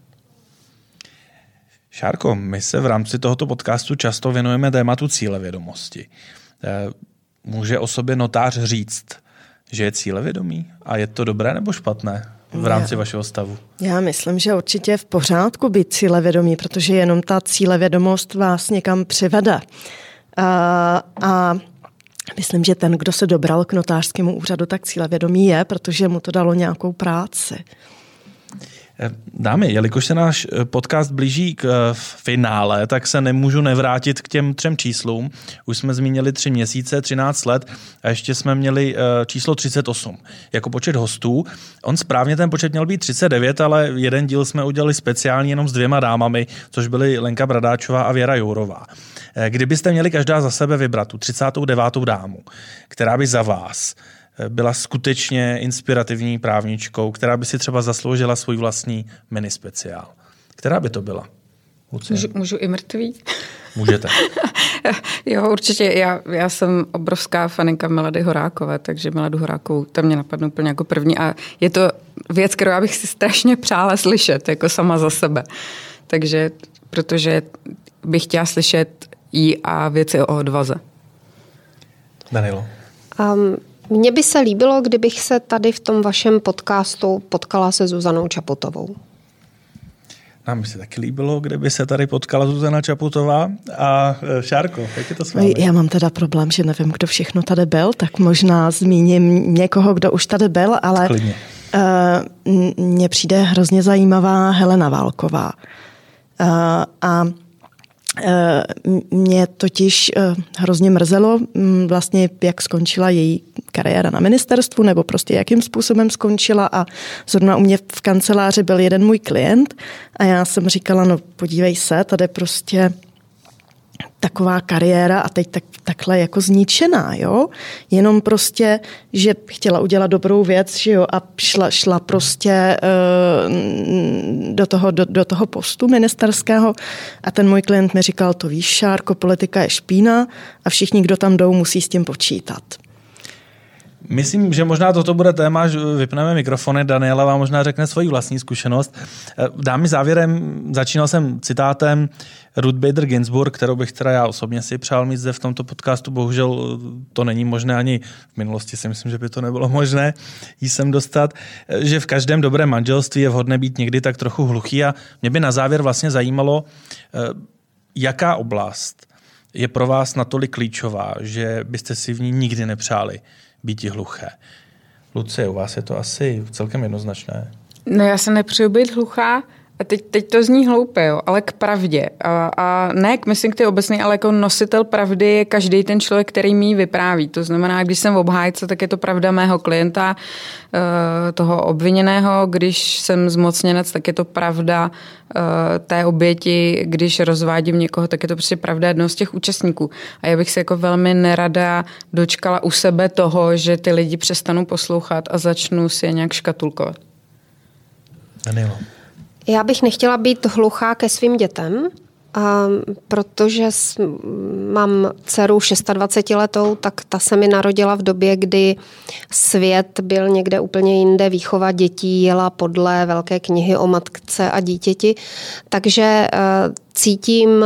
Šárko, my se v rámci tohoto podcastu často věnujeme tématu cílevědomosti. Může o sobě notář říct, že je cílevědomý? A je to dobré nebo špatné v rámci já, vašeho stavu?
Já myslím, že určitě je v pořádku být cílevědomý, protože jenom ta cílevědomost vás někam přivede. A, a myslím, že ten, kdo se dobral k notářskému úřadu, tak cílevědomý je, protože mu to dalo nějakou práci.
Dámy, jelikož se náš podcast blíží k finále, tak se nemůžu nevrátit k těm třem číslům. Už jsme zmínili tři měsíce, třináct let a ještě jsme měli číslo třicet osm jako počet hostů. On správně ten počet měl být třicet devět, ale jeden díl jsme udělali speciálně jenom s dvěma dámami, což byly Lenka Bradáčová a Věra Jourová. Kdybyste měli každá za sebe vybrat tu třicátou devátou dámu, která by za vás byla skutečně inspirativní právničkou, která by si třeba zasloužila svůj vlastní mini speciál. Která by to byla?
Můžu, můžu i mrtvý?
Můžete.
Jo, určitě. Já, já jsem obrovská faninka Milady Horákové, takže Miladu Horákovou tam mě napadne úplně jako první. A je to věc, kterou já bych si strašně přála slyšet, jako sama za sebe. Takže, protože bych chtěla slyšet jí a věci o odvaze.
Danielo.
Um, Mně by se líbilo, kdybych se tady v tom vašem podcastu potkala se Zuzanou Čaputovou.
Nám by se taky líbilo, kdyby se tady potkala Zuzana Čaputová. A Šárko, jak je to s vámi?
Já mám teda problém, že nevím, kdo všechno tady byl, tak možná zmíním někoho, kdo už tady byl, ale Klidně. Uh, mně přijde hrozně zajímavá Helena Válková. Uh, a Mě totiž hrozně mrzelo vlastně, jak skončila její kariéra na ministerstvu, nebo prostě jakým způsobem skončila a zrovna u mě v kanceláři byl jeden můj klient a já jsem říkala, no podívej se, tady prostě taková kariéra a teď tak, takhle jako zničená, jo? Jenom prostě, že chtěla udělat dobrou věc, že jo, a šla, šla prostě uh, do, toho, do, do toho postu ministerského a ten můj klient mi říkal, to víš, Šárko, politika je špína a všichni, kdo tam jdou, musí s tím počítat.
Myslím, že možná toto bude téma, že vypneme mikrofony, Daniela vám možná řekne svoji vlastní zkušenost. Dámy závěrem, začínal jsem citátem Ruth Bader Ginsburg, kterou bych teda já osobně si přál mít zde v tomto podcastu, bohužel to není možné, ani v minulosti si myslím, že by to nebylo možné jí sem dostat, že v každém dobrém manželství je vhodné být někdy tak trochu hluchý a mě by na závěr vlastně zajímalo, jaká oblast je pro vás natolik klíčová, že byste si v ní nikdy nepřáli být hluché. Lucie, u vás je to asi celkem jednoznačné.
No já se nepřeju být hluchá a teď, teď to zní hloupě, jo, ale k pravdě. A, a ne k myslím k ty obecný, ale jako nositel pravdy je každý ten člověk, který mi ji vypráví. To znamená, když jsem v obhájce, tak je to pravda mého klienta, toho obviněného. Když jsem zmocněnec, tak je to pravda té oběti. Když rozvádím někoho, tak je to prostě pravda jednoho z těch účastníků. A já bych se jako velmi nerada dočkala u sebe toho, že ty lidi přestanou poslouchat a začnu si je nějak škatulkovat.
Danielo.
Já bych nechtěla být hluchá ke svým dětem, protože mám dceru dvacetišestiletou, tak ta se mi narodila v době, kdy svět byl někde úplně jinde, výchova dětí jela podle velké knihy o matce a dítěti, takže cítím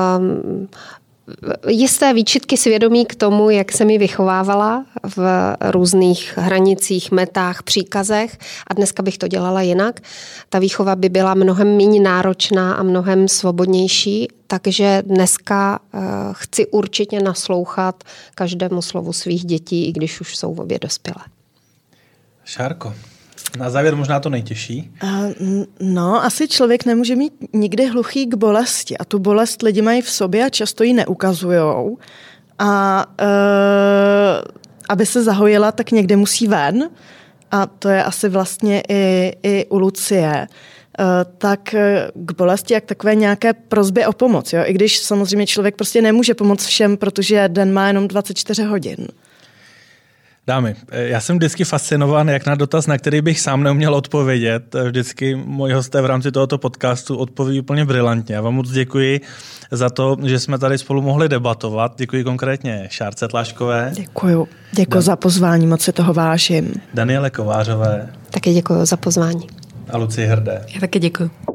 jisté výčitky svědomí k tomu, jak se mi vychovávala v různých hranicích, metách, příkazech a dneska bych to dělala jinak. Ta výchova by byla mnohem méně náročná a mnohem svobodnější, takže dneska uh, chci určitě naslouchat každému slovu svých dětí, i když už jsou obě dospělé.
Šárko, na závěr možná to nejtěžší.
Uh, no, asi člověk nemůže mít nikdy hluchý k bolesti a tu bolest lidi mají v sobě a často ji neukazujou. A uh, aby se zahojila, tak někde musí ven. A to je asi vlastně i, i u Lucie. Uh, tak k bolesti, jak takové nějaké prosby o pomoc. Jo? I když samozřejmě člověk prostě nemůže pomoct všem, protože den má jenom dvacet čtyři hodin.
Dámy, já jsem vždycky fascinován, jak na dotaz, na který bych sám neuměl odpovědět. Vždycky moji hosté v rámci tohoto podcastu odpoví úplně brilantně. Já vám moc děkuji za to, že jsme tady spolu mohli debatovat. Děkuji konkrétně Šárce Tláškové.
Děkuju. Děkuji Dan- za pozvání, moc si toho vážím.
Daniele Kovářové.
Taky děkuji za pozvání.
A Lucii Hrdé.
Já taky děkuji.